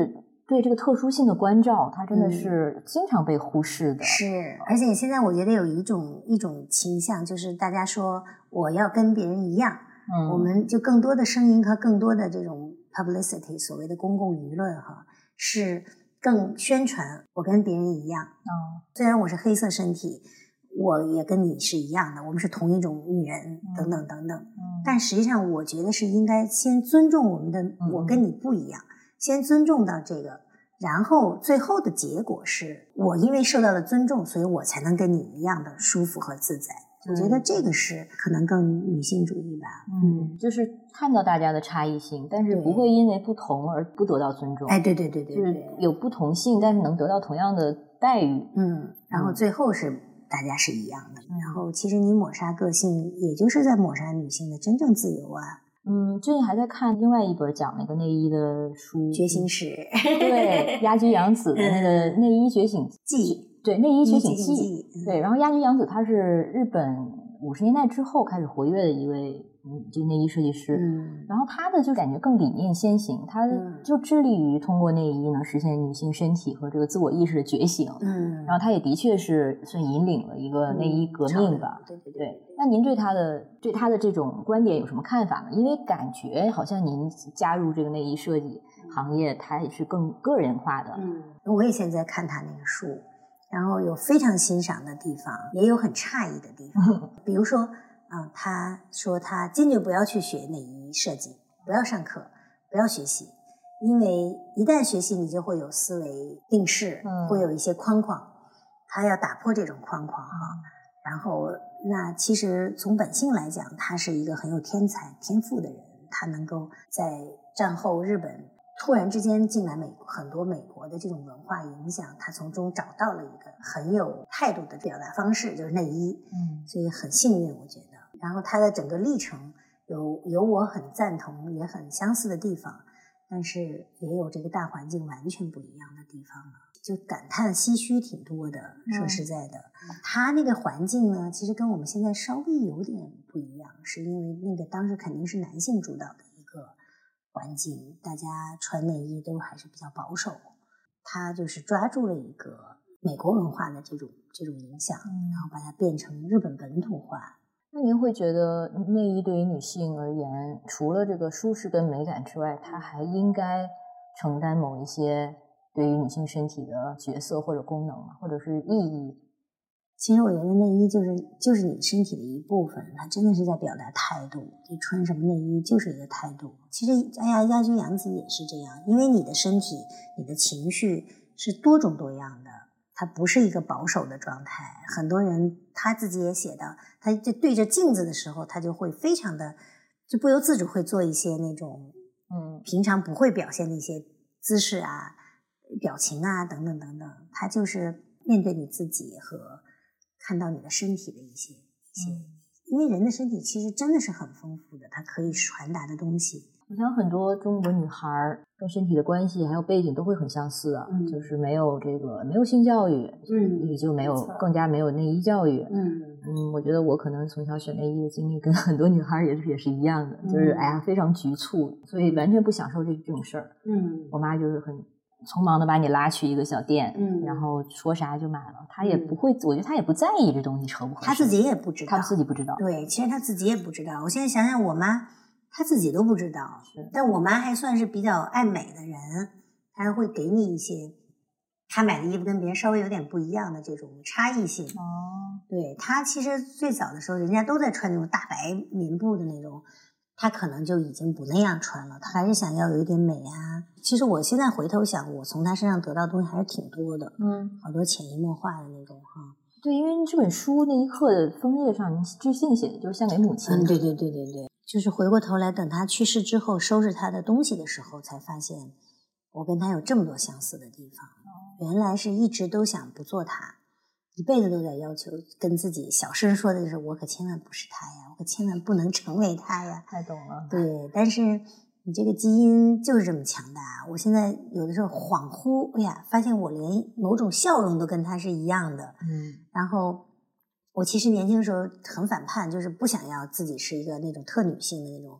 对这个特殊性的关照，它真的是经常被忽视的。 嗯、是，而且现在我觉得有一种一种倾向，就是大家说我要跟别人一样，嗯，我们就更多的声音和更多的这种 publicity， 所谓的公共舆论哈，是更宣传我跟别人一样。 嗯， 虽然我是黑色身体，我也跟你是一样的，我们是同一种女人，等等等等。嗯，但实际上我觉得是应该先尊重我们的，嗯、我跟你不一样。先尊重到这个，然后最后的结果是我因为受到了尊重，所以我才能跟你一样的舒服和自在。我觉得这个是可能更女性主义吧。 嗯，就是看到大家的差异性，但是不会因为不同而不得到尊重。 哎，对对对对对， 就是有不同性，但是能得到同样的待遇。 嗯，然后最后是大家是一样的。嗯、然后其实你抹杀个性，也就是在抹杀女性的真正自由啊。 嗯，最近还在看另外一本讲那个内衣的书， 《觉醒史》 对，鸭居洋子的那个内衣觉醒记， 对，内衣觉醒记， 记对。然后鸭居洋子她是日本五十年代之后开始活跃的一位嗯，就内衣设计师， 嗯， 然后他的就感觉更理念先行，他就致力于通过内衣能实现女性身体和这个自我意识的觉醒， 嗯， 然后他也的确是算引领了一个内衣革命吧， 嗯、对对对, 对。那您对他的对他的这种观点有什么看法呢？因为感觉好像您加入这个内衣设计行业，它也是更个人化的。 嗯，我也现在看他那个书，然后有非常欣赏的地方，也有很诧异的地方，比如说。嗯，他说他坚决不要去学内衣设计，不要上课，不要学习，因为一旦学习，你就会有思维定式，嗯、会有一些框框，他要打破这种框框哈。嗯、然后，那其实从本性来讲，他是一个很有天才天赋的人，他能够在战后日本突然之间进来美很多美国的这种文化影响，他从中找到了一个很有态度的表达方式，就是内衣，嗯，所以很幸运，我觉得。然后他的整个历程有有我很赞同也很相似的地方，但是也有这个大环境完全不一样的地方了，就感叹唏嘘挺多的。说实在的，嗯、他那个环境呢，其实跟我们现在稍微有点不一样，是因为那个当时肯定是男性主导的一个环境，大家穿内衣都还是比较保守。他就是抓住了一个美国文化的这种这种影响，嗯、然后把它变成日本本土化。 那您会觉得内衣对于女性而言，除了这个舒适跟美感之外，它还应该承担某一些对于女性身体的角色或者功能吗？或者是意义？ 其实我觉得内衣就是就是你身体的一部分，它真的是在表达态度。你穿什么内衣就是一个态度。其实哎呀，鸭居洋子也是这样，因为你的身体、你的情绪是多种多样的。它不是一个保守的状态，很多人他自己也写到，他就对着镜子的时候，他就会非常的，就不由自主会做一些那种，嗯，平常不会表现的一些姿势啊、表情啊等等等等，他就是面对你自己和看到你的身体的一些一些，嗯、因为人的身体其实真的是很丰富的，它可以传达的东西。 我想很多中国女孩跟身体的关系还有背景都会很相似啊，嗯、就是没有这个没有性教育，嗯，也就没有更加没有内衣教育，嗯嗯，我觉得我可能从小选内衣的经历跟很多女孩也是也是一样的，嗯、就是哎呀非常局促，所以完全不享受这这种事儿，嗯，我妈就是很匆忙的把你拉去一个小店，嗯，然后说啥就买了，她也不会，嗯、我觉得她也不在意这东西合不合适， 她自己也不知道， 她自己不知道， 对，其实她自己也不知道。我现在想想，我妈。她自己都不知道，但我妈还算是比较爱美的人，她还会给你一些她买的衣服跟别人稍微有点不一样的这种差异性。哦，对，她其实最早的时候，人家都在穿那种大白棉布的那种，她可能就已经不那样穿了，她还是想要有一点美啊。其实我现在回头想，我从她身上得到的东西还是挺多的，嗯，好多潜移默化的那种哈。 对，因为这本书那一刻的封页上，您致信写的就是献给母亲。 嗯，对对对对对。就是回过头来，等他去世之后，收拾他的东西的时候，才发现我跟他有这么多相似的地方。原来是一直都想不做他，一辈子都在要求跟自己小声说的就是我可千万不是他呀，我可千万不能成为他呀。 太懂了。 对，但是你这个基因就是这么强大。我现在有的时候恍惚，哎呀，发现我连某种笑容都跟他是一样的。嗯，然后。我其实年轻的时候很反叛，就是不想要自己是一个那种特女性的那种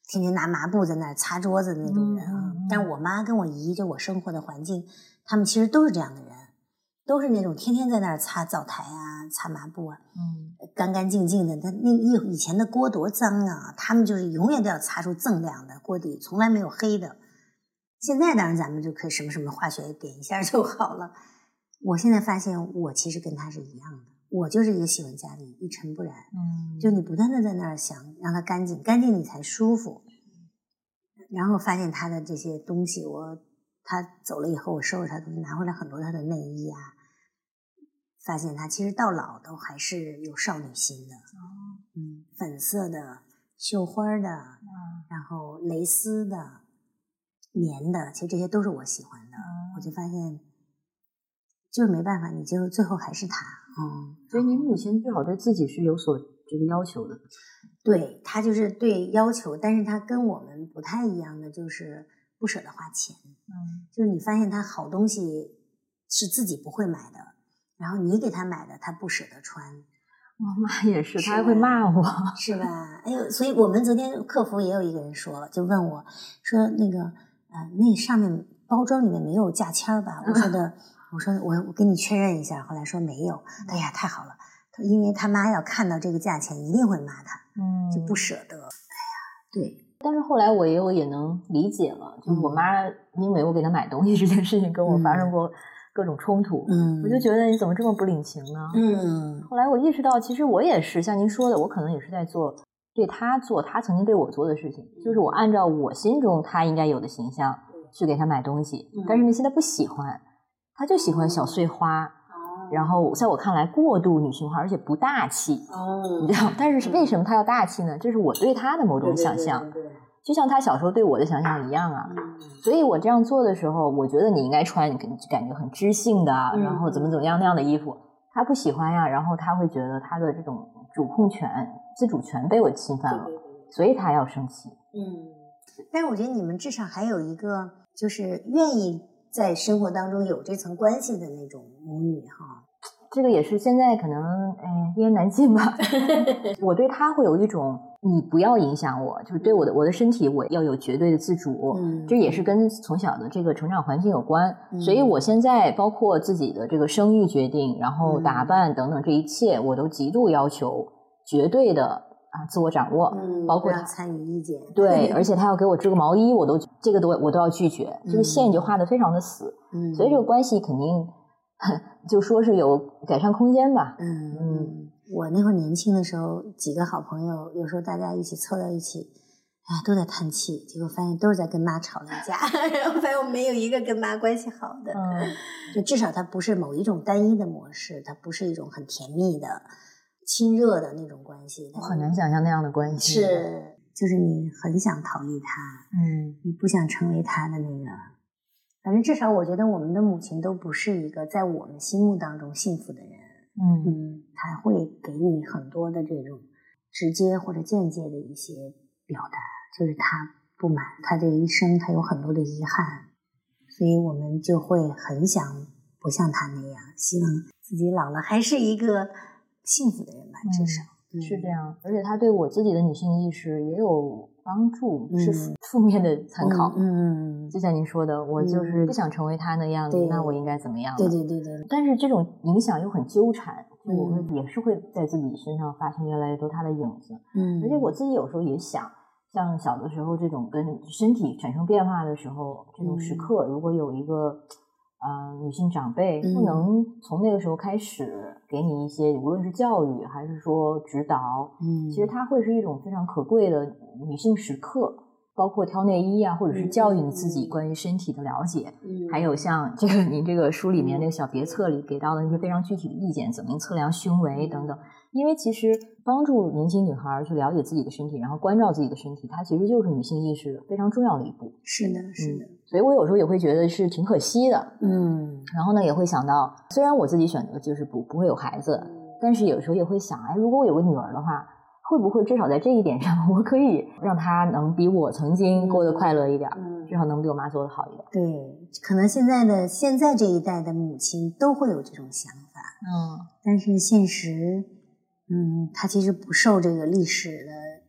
天天拿麻布在那儿擦桌子的那种人啊。 嗯嗯嗯、 但我妈跟我姨就我生活的环境，他们其实都是这样的人，都是那种天天在那儿擦灶台啊，擦麻布啊， 嗯， 干干净净的。他那以前的锅多脏啊，他们就是永远都要擦出锃亮的锅底，从来没有黑的。现在当然咱们就可以什么什么化学点一下就好了。我现在发现我其实跟他是一样的，我就是一个喜欢家里一尘不染， 嗯， 就你不断的在那儿想让它干净，干净你才舒服。然后发现他的这些东西，我他走了以后，我收拾他东西，拿回来很多他的内衣啊，发现他其实到老都还是有少女心的。 哦， 嗯，粉色的、绣花的， 嗯、 然后蕾丝的、棉的，其实这些都是我喜欢的。 嗯、 我就发现，就是没办法，你就最后还是他。嗯， 所以您母亲最好对自己是有所这个要求的。 对，他就是对要求，但是他跟我们不太一样的就是不舍得花钱。 嗯， 就是你发现他好东西是自己不会买的，然后你给他买的他不舍得穿。 我妈也是，她还会骂我， 是吧？哎呦，所以我们昨天客服也有一个人说，就问我说那个呃，那上面包装里面没有价签吧？我说的，我说我我跟你确认一下，后来说没有。哎呀，太好了，因为他妈要看到这个价钱一定会骂他， 嗯， 就不舍得。哎呀，对。 但是后来我也我也能理解了，就是我妈因为我给她买东西这件事情跟我发生过各种冲突， 嗯， 我就觉得你怎么这么不领情呢？ 嗯， 后来我意识到，其实我也是像您说的，我可能也是在做对她做她曾经对我做的事情，就是我按照我心中她应该有的形象去给她买东西， 嗯、 但是你现在不喜欢，她就喜欢小碎花。嗯，然后在我看来过度女性化，而且不大气， 哦， 你知道？但是为什么她要大气呢？这是我对她的某种想象， 对对对对对， 就像她小时候对我的想象一样啊。 嗯， 所以我这样做的时候，我觉得你应该穿你感觉很知性的， 嗯、 然后怎么怎么样那样的衣服，她不喜欢呀，然后她会觉得她的这种主控权、自主权被我侵犯了， 对对对， 所以她要生气。 嗯，但是我觉得你们至少还有一个，就是愿意在生活当中有这层关系的那种母女哈。 这个也是现在可能哎一言难尽吧。我对他会有一种你不要影响我，就是对我的我的身体我要有绝对的自主， 嗯， 这也是跟从小的这个成长环境有关，嗯，所以我现在包括自己的这个生育决定，然后打扮等等这一切，我都极度要求绝对的啊自我掌握， 嗯， 包括他参与意见， 对，而且他要给我织个毛衣，我都这个都我都要拒绝，这个线就画得非常的死， 嗯， 所以这个关系肯定就说是有改善空间吧。 嗯嗯，我那会儿年轻的时候，几个好朋友，有时候大家一起凑到一起，哎，都在叹气，结果发现都是在跟妈吵了一架，然后发现我没有一个跟妈关系好的， 嗯， 就至少它不是某一种单一的模式，它不是一种很甜蜜的、亲热的那种关系。 我很难想象那样的关系， 是，就是你很想逃离他， 嗯， 你不想成为他的那个。反正至少我觉得我们的母亲都不是一个在我们心目当中幸福的人， 嗯嗯，他会给你很多的这种直接或者间接的一些表达，就是他不满，他这一生他有很多的遗憾，所以我们就会很想不像他那样，希望自己老了还是一个幸福的人吧，至少、 嗯、是这样。而且他对我自己的女性意识也有帮助， 嗯、 是负面的参考。 嗯，嗯就像您说的，我就是不想成为他那样子， 嗯、 那我应该怎么样？ 对对对对。 但是这种影响又很纠缠，就我们嗯、 也是会在自己身上发现越来越多他的影子。 嗯， 而且我自己有时候也想，像小的时候这种跟身体产生变化的时候，这种时刻，如果有一个呃女性长辈，不能从那个时候开始给你一些，无论是教育还是说指导， 嗯， 其实它会是一种非常可贵的女性时刻。包括挑内衣啊，或者是教育你自己关于身体的了解， 嗯， 还有像这个您这个书里面那个小别册里给到的那些非常具体的意见，怎么样测量胸围等等。因为其实帮助年轻女孩去了解自己的身体，然后关照自己的身体，它其实就是女性意识非常重要的一步。 是的，是的。 嗯、所以我有时候也会觉得是挺可惜的， 嗯。 然后呢，也会想到，虽然我自己选择就是不不会有孩子，但是有时候也会想，哎，如果我有个女儿的话。会不会至少在这一点上，我可以让她能比我曾经过得快乐一点，嗯、至少能比我妈做得好一点。 对，可能现在的现在这一代的母亲都会有这种想法， 嗯， 但是现实，嗯，它其实不受这个历史的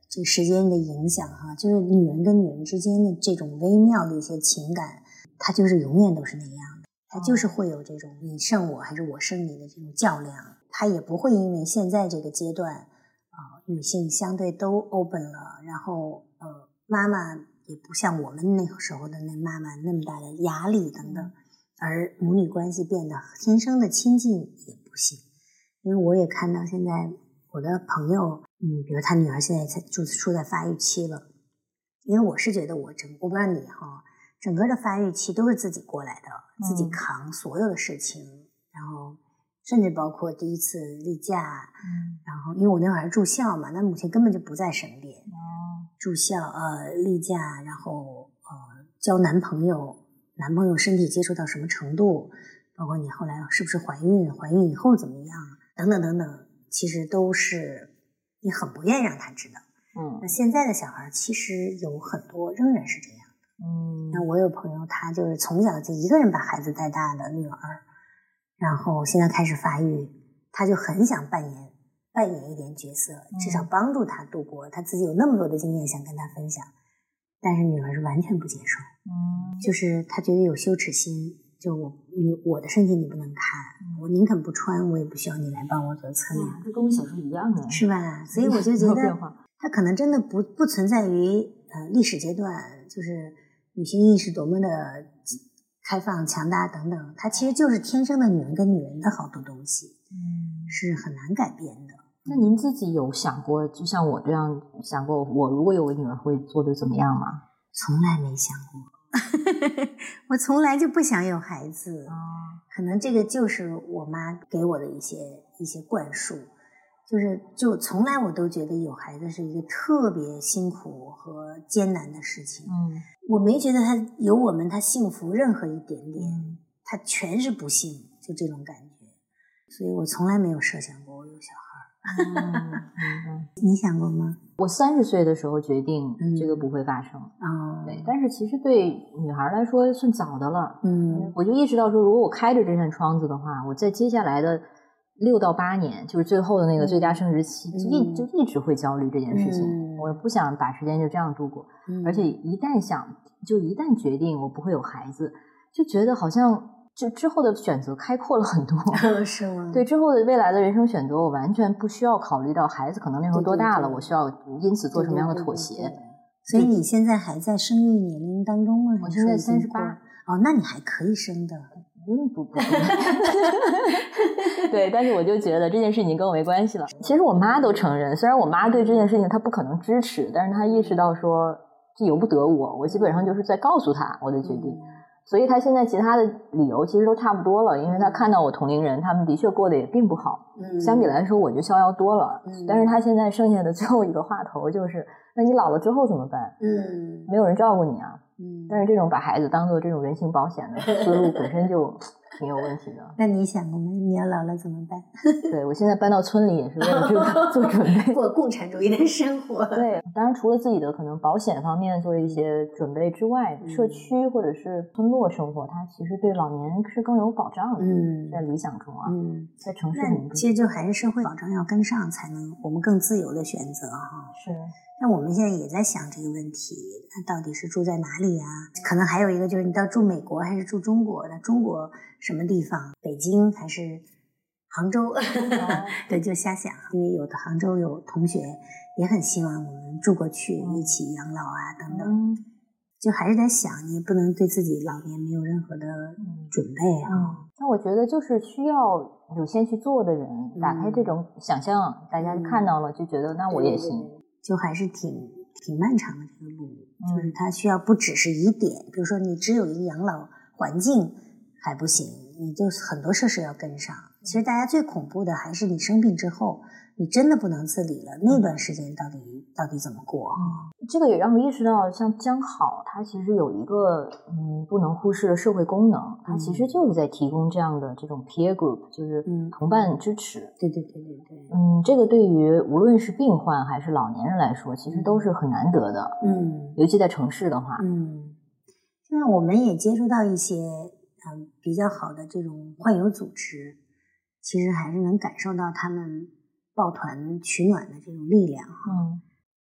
这个时间的影响哈，就是女人跟女人之间的这种微妙的一些情感，它就是永远都是那样的，它就是会有这种你胜我还是我胜你的这种较量，它也不会因为现在这个阶段呃，女性相对都 open 了，然后呃，妈妈也不像我们那个时候的那妈妈那么大的压力等等，而母女关系变得天生的亲近也不行。因为我也看到现在我的朋友，嗯，比如他女儿现在才就处在发育期了，因为我是觉得我整我不知道你哈，整个的发育期都是自己过来的，嗯、自己扛所有的事情，然后甚至包括第一次例假，嗯，然后因为我那会儿还住校嘛，那母亲根本就不在身边，哦，住校呃例假，然后呃交男朋友，男朋友身体接触到什么程度，包括你后来是不是怀孕，怀孕以后怎么样。等等等等，其实都是你很不愿意让他知道。嗯，那现在的小孩其实有很多仍然是这样的。嗯，那我有朋友，他就是从小就一个人把孩子带大的女儿，然后现在开始发育，他就很想扮演扮演一点角色，至少帮助他度过。他自己有那么多的经验想跟他分享，但是女儿是完全不接受。嗯，就是他觉得有羞耻心。就我你我的身体你不能看，我宁肯不穿，我也不需要你来帮我做测验。 这跟我小时候一样的， 是吧？所以我就觉得它可能真的不不存在于呃历史阶段，就是女性意识多么的开放、强大等等，它其实就是天生的女人跟女人的好多东西，嗯，是很难改变的。 那您自己有想过，就像我这样想过，我如果有个女儿会做得怎么样吗？ 从来没想过。我从来就不想有孩子、哦、可能这个就是我妈给我的一些一些灌输，就是就从来我都觉得有孩子是一个特别辛苦和艰难的事情。嗯，我没觉得他有我们他幸福任何一点点，嗯、他全是不幸，就这种感觉，所以我从来没有设想过我有小孩。嗯嗯、你想过吗？ 我三十岁的时候决定这个不会发生，嗯，对，但是其实对女孩来说算早的了，嗯，我就意识到说，如果我开着这扇窗子的话，我在接下来的六到八年，就是最后的那个最佳生殖期，就一、嗯、就一直会焦虑这件事情，嗯、我不想把时间就这样度过，嗯、而且一旦想，就一旦决定我不会有孩子，就觉得好像。就之后的选择开阔了很多， 是吗？ 对，之后的未来的人生选择，我完全不需要考虑到孩子可能那时候多大了，对对对，我需要因此做什么样的妥协。 对对对对，所以你现在还在生育年龄当中吗？ 我现在三十八。 哦，那你还可以生的。 嗯，不不不。对，但是我就觉得这件事情跟我没关系了。其实我妈都承认，虽然我妈对这件事情她不可能支持，但是她意识到说这由不得我，我基本上就是在告诉她我的决定。嗯，所以他现在其他的理由其实都差不多了，因为他看到我同龄人他们的确过得也并不好，嗯，相比来说我就逍遥多了，嗯，但是他现在剩下的最后一个话头就是那你老了之后怎么办？嗯，没有人照顾你啊，嗯，但是这种把孩子当做这种人身保险的思路本身就挺有问题的。 那你想过吗？你要老了怎么办？ 对，我现在搬到村里也是为了这个做准备， 过共产主义的生活。 对，当然除了自己的可能保险方面做一些准备之外，嗯、社区或者是村落生活，它其实对老年是更有保障的。嗯，在理想中啊，嗯，在城市里其实就还是社会保障要跟上，才能我们更自由的选择哈。 是。 那我们现在也在想这个问题，那到底是住在哪里啊？可能还有一个就是你到住美国还是住中国的？中国什么地方？北京还是杭州？哦、对，就瞎想。因为有的杭州有同学也很希望我们住过去，嗯、一起养老啊等等。嗯、就还是在想，你也不能对自己老年没有任何的准备啊。嗯、 那我觉得就是需要有先去做的人，打开这种想象，嗯、大家看到了就觉得那我也行。 对对对，就还是挺挺漫长的这个路，嗯、就是它需要不只是一点，比如说你只有一个养老环境还不行，你就很多设施要跟上。其实大家最恐怖的还是你生病之后，你真的不能自理了，那段时间到底到底怎么过？ 嗯，这个也让我意识到，像江好，它其实有一个嗯不能忽视的社会功能，它其实就是在提供这样的这种 peer group， 就是同伴支持。 嗯、对对对对对。 嗯，这个对于无论是病患还是老年人来说，其实都是很难得的。嗯，尤其在城市的话。 嗯，现在我们也接触到一些嗯比较好的这种患友组织，其实还是能感受到他们抱团取暖的这种力量哈。嗯。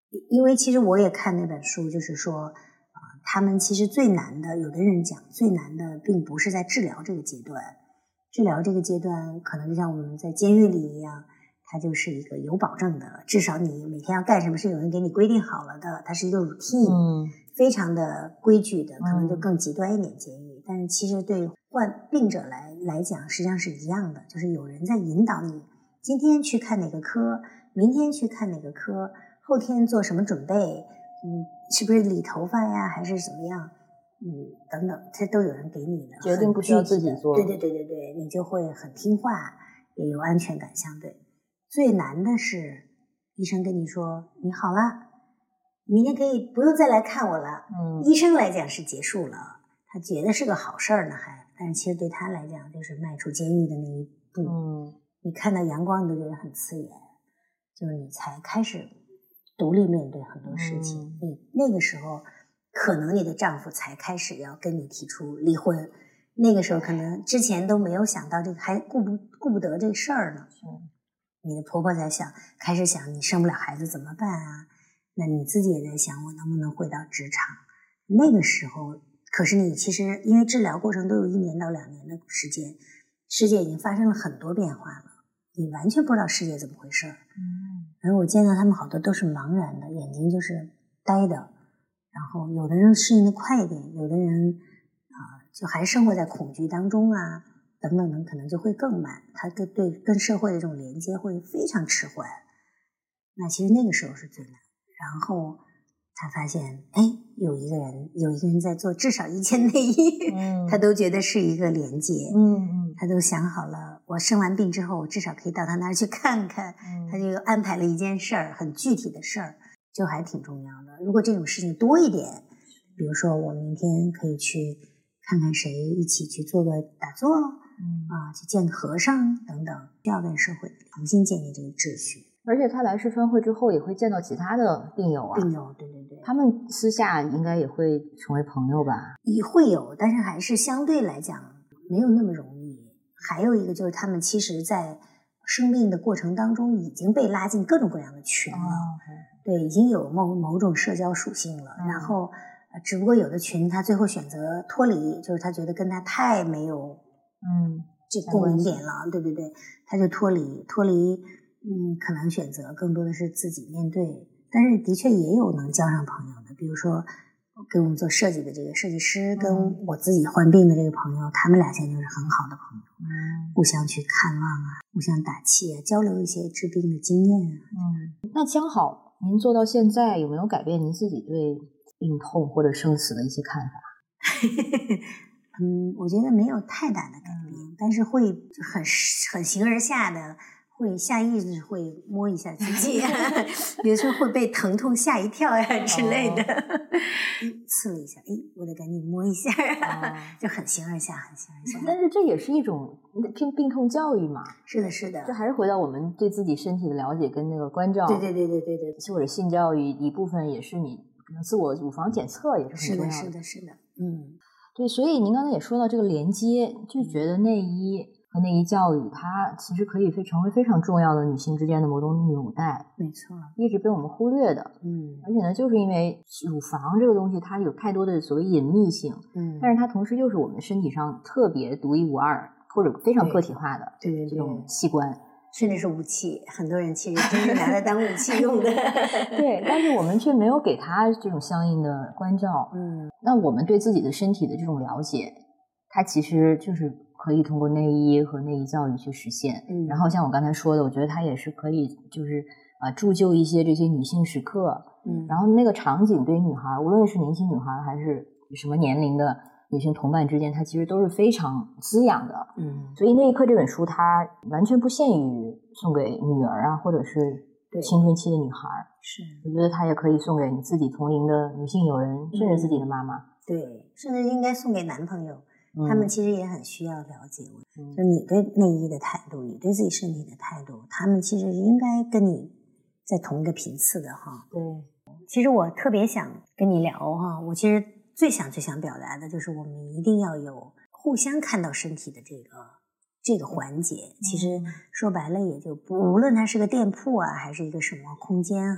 因为其实我也看那本书，就是说啊、呃，他们其实最难的，有的人讲最难的并不是在治疗这个阶段，治疗这个阶段可能就像我们在监狱里一样，它就是一个有保证的，至少你每天要干什么是有人给你规定好了的，它是一个 routine、 嗯、 非常的规矩的，可能就更极端一点监狱、嗯、但是其实对患病者来来讲实际上是一样的，就是有人在引导你今天去看哪个科，明天去看哪个科，后天做什么准备，嗯，是不是理头发呀还是怎么样，嗯，等等，这都有人给你的， 决定不需要自己做。 对对对对对，你就会很听话，也有安全感相对。最难的是医生跟你说你好了，明天可以不用再来看我了。嗯，医生来讲是结束了，他觉得是个好事儿呢还，但是其实对他来讲就是迈出监狱的那一步。嗯，你看到阳光你都觉得很刺眼，就是你才开始独立面对很多事情。嗯、你那个时候可能你的丈夫才开始要跟你提出离婚，那个时候可能之前都没有想到这个，还顾不顾不得这个事儿呢。嗯，你的婆婆在想，开始想你生不了孩子怎么办啊？那你自己也在想，我能不能回到职场？那个时候，可是你其实因为治疗过程都有一年到两年的时间，世界已经发生了很多变化了，你完全不知道世界怎么回事。嗯，而我见到他们好多都是茫然的，眼睛就是呆的，然后有的人适应的快一点，有的人啊、呃、就还生活在恐惧当中啊。等等等，可能就会更慢，他跟对跟社会的这种连接会非常迟缓。那其实那个时候是最难。然后他发现，哎，有一个人，有一个人在做至少一件内衣，嗯、他都觉得是一个连接。嗯嗯，他都想好了，我生完病之后，我至少可以到他那儿去看看。嗯、他就安排了一件事儿，很具体的事儿，就还挺重要的。如果这种事情多一点，比如说我明天可以去看看谁，一起去做个打坐。嗯啊，去见个和尚等等，需要跟社会重新建立这个秩序。 而且他来世分会之后，也会见到其他的病友啊。 病友，对对对， 他们私下应该也会成为朋友吧？ 也会有，但是还是相对来讲没有那么容易。还有一个就是他们其实在生病的过程当中已经被拉进各种各样的群了，哦、对，已经有某某种社交属性了。嗯、然后，只不过有的群他最后选择脱离，就是他觉得跟他太没有。嗯，这共鸣点了，对对对，他就脱离脱离，嗯，可能选择更多的是自己面对，但是的确也有能交上朋友的，比如说给我们做设计的这个设计师，跟我自己患病的这个朋友，他们俩现在就是很好的朋友，嗯，互相去看望啊，互相打气啊，交流一些治病的经验啊。 嗯，那江好，您做到现在有没有改变您自己对病痛或者生死的一些看法？ 嗯，我觉得没有太大的改变，嗯、但是会很很形而下的，会下意识会摸一下自己，比如说会被疼痛吓一跳呀之类的，哦、刺了一下，哎，我得赶紧摸一下，哦、就很形而下，很形而下。 但是这也是一种病病痛教育嘛？ 是的，是的。 这还是回到我们对自己身体的了解跟那个关照。 对对对对对对。 或者性教育一部分也是你可能自我乳房检测也是很重要的。 是的，是的，是的，嗯。 对，所以您刚才也说到这个连接，就觉得内衣和内衣教育，它其实可以非成为非常重要的女性之间的某种纽带。 没错， 一直被我们忽略的。嗯，而且呢，就是因为乳房这个东西，它有太多的所谓隐秘性。嗯，但是它同时又是我们身体上特别独一无二或者非常个体化的对对对这种器官。 甚至是武器，很多人其实真是拿它当武器用的。 对，但是我们却没有给它这种相应的关照。嗯，那我们对自己的身体的这种了解，它其实就是可以通过内衣和内衣教育去实现。嗯，然后像我刚才说的，我觉得它也是可以，就是啊、呃，铸就一些这些女性时刻。嗯，然后那个场景对于女孩，无论是年轻女孩还是什么年龄的女性同伴之间，它其实都是非常滋养的。嗯，所以那一刻这本书它完全不限于送给女儿啊，或者是青春期的女孩。 是， 我觉得它也可以送给你自己同龄的女性友人，嗯、甚至自己的妈妈。 对，甚至应该送给男朋友，嗯、他们其实也很需要了解我。嗯、就你对内衣的态度，你对自己身体的态度，他们其实应该跟你在同一个频次的哈。 对， 其实我特别想跟你聊哈，我其实最想最想表达的就是我们一定要有互相看到身体的这个这个环节。其实说白了也就不，无论它是个店铺啊还是一个什么空间哈，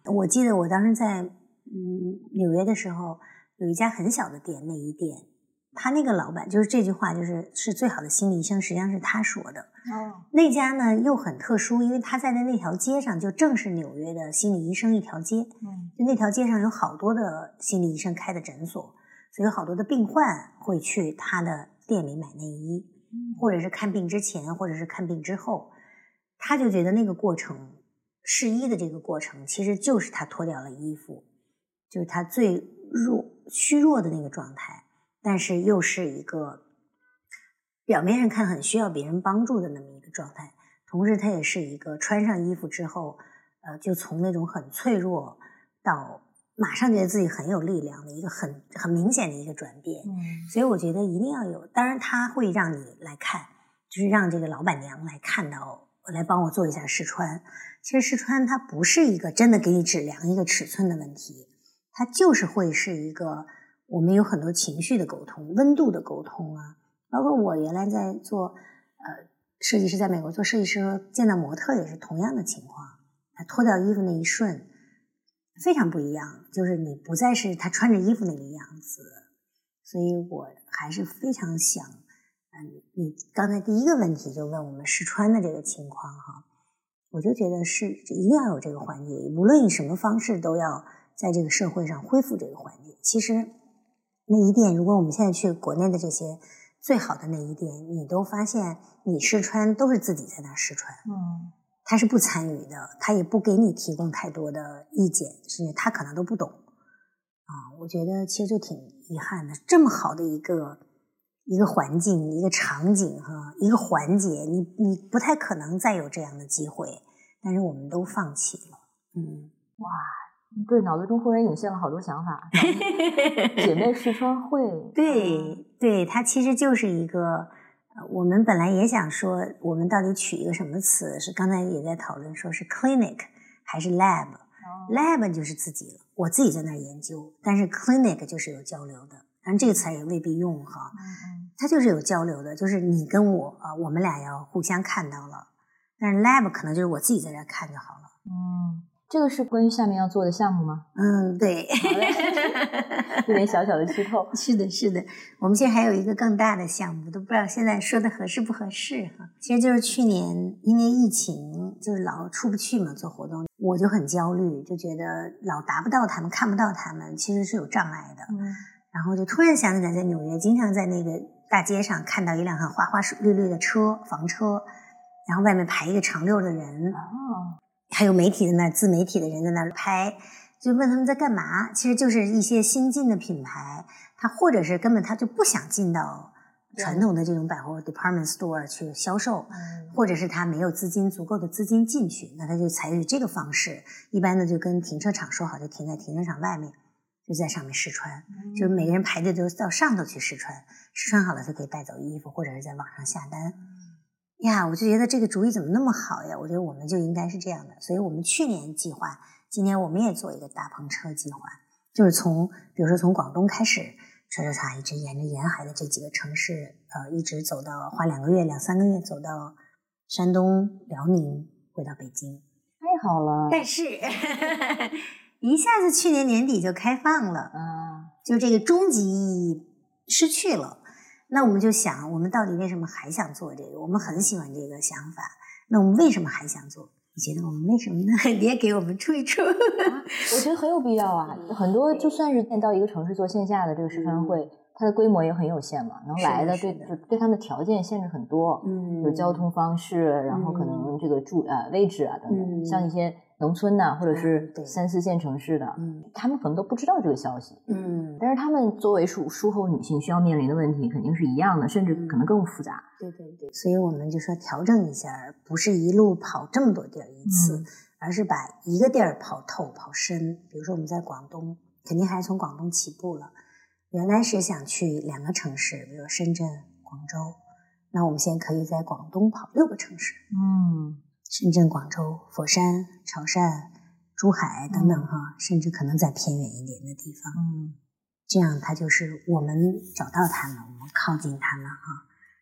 我记得我当时在嗯纽约的时候，有一家很小的店，内衣店，他那个老板就是这句话就是是最好的心理医生，实际上是他说的。 哦， 那家呢又很特殊，因为他在的那条街上就正是纽约的心理医生一条街， 嗯， 就那条街上有好多的心理医生开的诊所，所以有好多的病患会去他的店里买内衣，或者是看病之前，或者是看病之后，他就觉得那个过程，试衣的这个过程，其实就是他脱掉了衣服，就是他最弱虚弱的那个状态，但是又是一个表面上看很需要别人帮助的那么一个状态，同时他也是一个穿上衣服之后，呃，就从那种很脆弱到马上觉得自己很有力量的一个很很明显的一个转变。 嗯， 所以我觉得一定要有，当然他会让你来看，就是让这个老板娘来看到，来帮我做一下试穿。其实试穿它不是一个真的给你指量一个尺寸的问题，它就是会是一个我们有很多情绪的沟通，温度的沟通啊。包括我原来在做呃设计师，在美国做设计师，见到模特也是同样的情况，他脱掉衣服那一瞬非常不一样，就是你不再是他穿着衣服那个样子。所以我还是非常想嗯，你刚才第一个问题就问我们试穿的这个情况哈，我就觉得是一定要有这个环节，无论以什么方式都要在这个社会上恢复这个环节。其实内衣店，如果我们现在去国内的这些最好的内衣店，你都发现你试穿都是自己在那试穿， 嗯， 他是不参与的，他也不给你提供太多的意见，甚至他可能都不懂啊。我觉得其实就挺遗憾的，这么好的一个一个环境，一个场景哈，一个环节，你你不太可能再有这样的机会，但是我们都放弃了。嗯， 哇，对，脑子中忽然涌现了好多想法。姐妹试穿会， 对对，它其实就是一个，我们本来也想说，我们到底取一个什么词？是刚才也在讨论，说是 clinic 还是 lab？lab 就是自己了，我自己在那儿研究，但是 clinic 就是有交流的。当然这个词也未必用哈，它就是有交流的，就是你跟我啊，我们俩要互相看到了，但是 lab 可能就是我自己在这看就好了。 嗯，这个是关于下面要做的项目吗？ 嗯，对， 有点小小的剧透。 是的，是的，我们现在还有一个更大的项目，都不知道现在说的合适不合适哈。其实就是去年因为疫情，就是老出不去嘛，做活动，我就很焦虑，就觉得老达不到他们，看不到他们，其实是有障碍的。 嗯， 然后就突然想起来，在纽约经常在那个大街上看到一辆很花花绿绿的车，房车，然后外面排一个长溜的人， 哦， 还有媒体在那，自媒体的人在那儿拍，就问他们在干嘛，其实就是一些新进的品牌，他或者是根本他就不想进到传统的这种百货 department store 去销售， 嗯， 或者是他没有资金足够的资金进去，那他就采取这个方式，一般的就跟停车场说好，就停在停车场外面，就在上面试穿， 嗯， 就是每个人排队都到上头去试穿，试穿好了就可以带走衣服，或者是在网上下单。呀，我就觉得这个主意怎么那么好呀，我觉得我们就应该是这样的，所以我们去年计划，今年我们也做一个大篷车计划，就是从比如说从广东开始唰唰唰一直沿着沿海的这几个城市，呃，一直走到花两个月两三个月走到山东辽宁，回到北京。 太好了， 但是一下子去年年底就开放了， 啊， 就这个终极意义失去了。那我们就想，我们到底为什么还想做这个？我们很喜欢这个想法，那我们为什么还想做？你觉得我们为什么呢？你也给我们出一出。 啊，我觉得很有必要啊。很多就算是到一个城市做线下的这个试穿会，嗯，它的规模也很有限嘛，能来的对就对他们的条件限制很多，嗯，有交通方式，然后可能这个住呃位置啊等等，嗯，像一些农村呐，或者是三四线城市的，嗯，他们可能都不知道这个消息，嗯，但是他们作为术术后女性需要面临的问题肯定是一样的，甚至可能更复杂。 对对对，所以我们就说调整一下，不是一路跑这么多地儿一次，嗯，而是把一个地儿跑透跑深。比如说我们在广东，肯定还是从广东起步了。原来是想去两个城市，比如深圳、广州，那我们现在可以在广东跑六个城市，嗯，深圳、广州、佛山、潮汕、珠海等等哈，嗯，甚至可能再偏远一点的地方，嗯，这样它就是我们找到他们，我们靠近他们哈，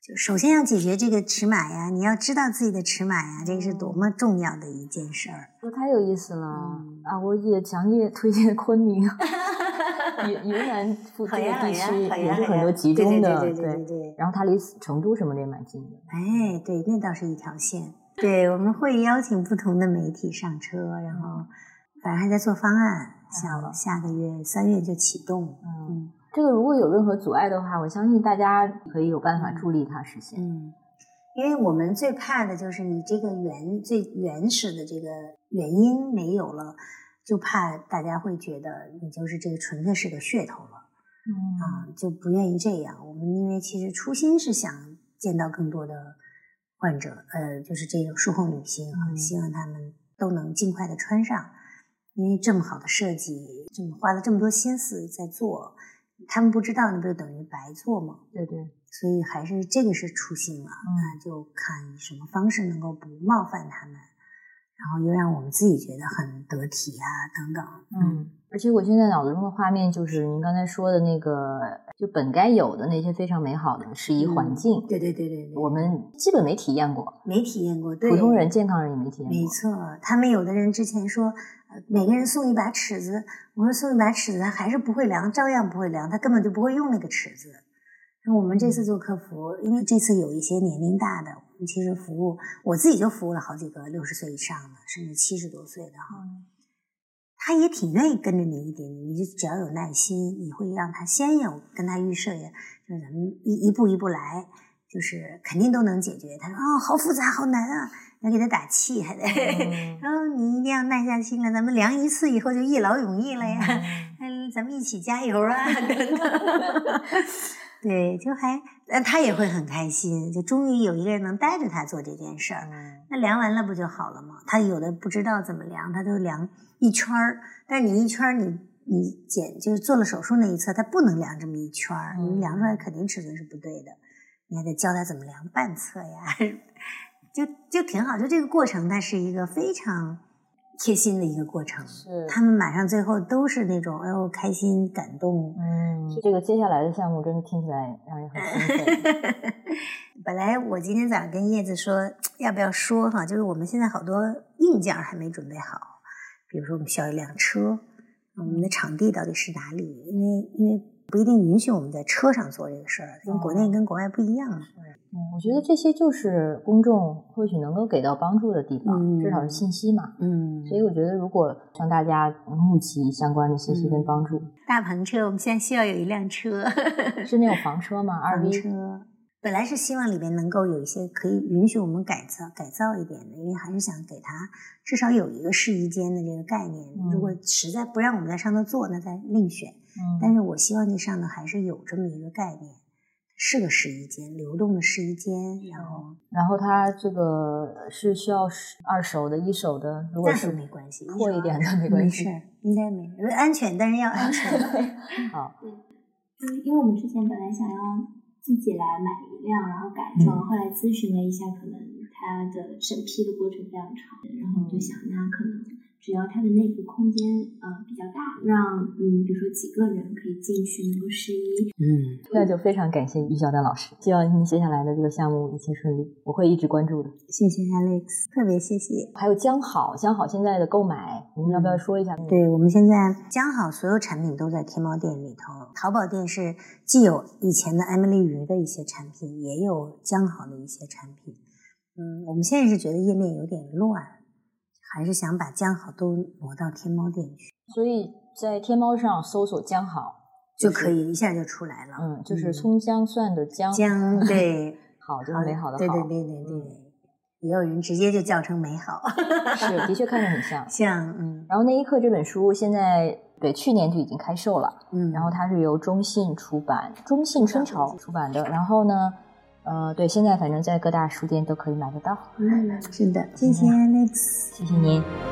就首先要解决这个尺码呀，你要知道自己的尺码呀，这是多么重要的一件事儿。 这太有意思了、嗯、啊！我也强烈推荐昆明。云云南附近的地区也是很多集中的， 对对对对对。 然后它离成都什么的也蛮近的。 哎，对，那倒是一条线。对，我们会邀请不同的媒体上车，然后反正还在做方案，想下个月三月就启动。 嗯，嗯这个如果有任何阻碍的话，我相信大家可以有办法助力它实现。 嗯，因为我们最怕的就是你这个原最原始的这个原因没有了。就怕大家会觉得你就是这个纯粹是个噱头了，嗯啊，就不愿意这样。我们因为其实初心是想见到更多的患者，呃，就是这种术后女性啊，嗯、希望他们都能尽快的穿上。因为这么好的设计，这么花了这么多心思在做，他们不知道，那不就等于白做吗？ 对对， 所以还是这个是初心了，嗯、那就看以什么方式能够不冒犯他们。然后又让我们自己觉得很得体啊，等等。 嗯，而且我现在脑子中的画面就是您刚才说的那个，就本该有的那些非常美好的适宜环境。 嗯、对对对对对， 我们基本没体验过， 没体验过。对， 普通人、健康人也没体验过。 没错，他们有的人之前说，呃、每个人送一把尺子，我说送一把尺子，他还是不会量，照样不会量，他根本就不会用那个尺子。那我们这次做客服，因为这次有一些年龄大的，我们其实服务我自己就服务了好几个六十岁以上的，甚至七十多岁的哈，嗯、他也挺愿意跟着你一点，你就只要有耐心，你会让他先有跟他预设呀，就是咱们一一步一步来，就是肯定都能解决。他说哦，好复杂，好难啊，要给他打气还得，嗯、然后你一定要耐下心来，咱们量一次以后就一劳永逸了呀，嗯，咱们一起加油啊，等等。对，就还，呃，他也会很开心，就终于有一个人能带着他做这件事儿。嗯、那量完了不就好了吗？他有的不知道怎么量，他都量一圈儿，但是你一圈儿，你你剪就是做了手术那一侧，他不能量这么一圈儿，嗯、你量出来肯定尺寸是不对的，你还得教他怎么量半侧呀，就就挺好。就这个过程，它是一个非常贴心的一个过程， 是他们马上最后都是那种哎呦开心感动。 嗯，这个接下来的项目真的听起来让人很兴奋。 本来我今天早上跟叶子说要不要说哈，就是我们现在好多硬件还没准备好，比如说我们需要一辆车，我们的场地到底是哪里？因为因为不一定允许我们在车上做这个事儿，跟国内跟国外不一样嘛。 嗯，我觉得这些就是公众或许能够给到帮助的地方，嗯、至少是信息嘛。嗯，所以我觉得如果向大家募集相关的信息跟帮助，嗯、 大篷车，我们现在需要有一辆车， 是那种房车吗？二 V 车。本来是希望里面能够有一些可以允许我们改造改造一点的，因为还是想给它至少有一个试衣间的这个概念。嗯、如果实在不让我们在上头做，那再另选。嗯、但是我希望这上头还是有这么一个概念。是个试衣间，流动的试衣间，然后， 然后它这个是需要二手的、一手的，如果是没关系， 破一点的没关系， 没事，应该没事，安全，但是要安全。 好， 对，嗯，因为我们之前本来想要自己来买一辆，然后改装，嗯、后来咨询了一下，可能它的审批的过程非常长，然后就想，那可能只要它的内部空间呃比较大，让嗯比如说几个人可以进去能够试衣。 嗯，那就非常感谢于小丹老师，希望您接下来的这个项目一切顺利，我会一直关注的。 谢谢 Alex， 特别谢谢。 还有江好，江好现在的购买，您要不要说一下？ 嗯、对，我们现在江好所有产品都在天猫店里头，淘宝店是既有以前的艾米丽鱼的一些产品，也有江好的一些产品。嗯，我们现在是觉得页面有点乱。还是想把江好都挪到天猫店去， 所以在天猫上搜索江好、 就是、就可以一下就出来了。 嗯，就是葱姜蒜的姜， 姜对， 好就是美好的好， 对对对对对。嗯、也有人直接就叫成美好， 是的确看着很像像。嗯， 然后那一刻这本书现在对去年就已经开售了，嗯，然后它是由中信出版，中信春潮出版的，然后呢。呃，对，现在反正在各大书店都可以买得到。 嗯，是的，谢谢 Alex， 谢谢您。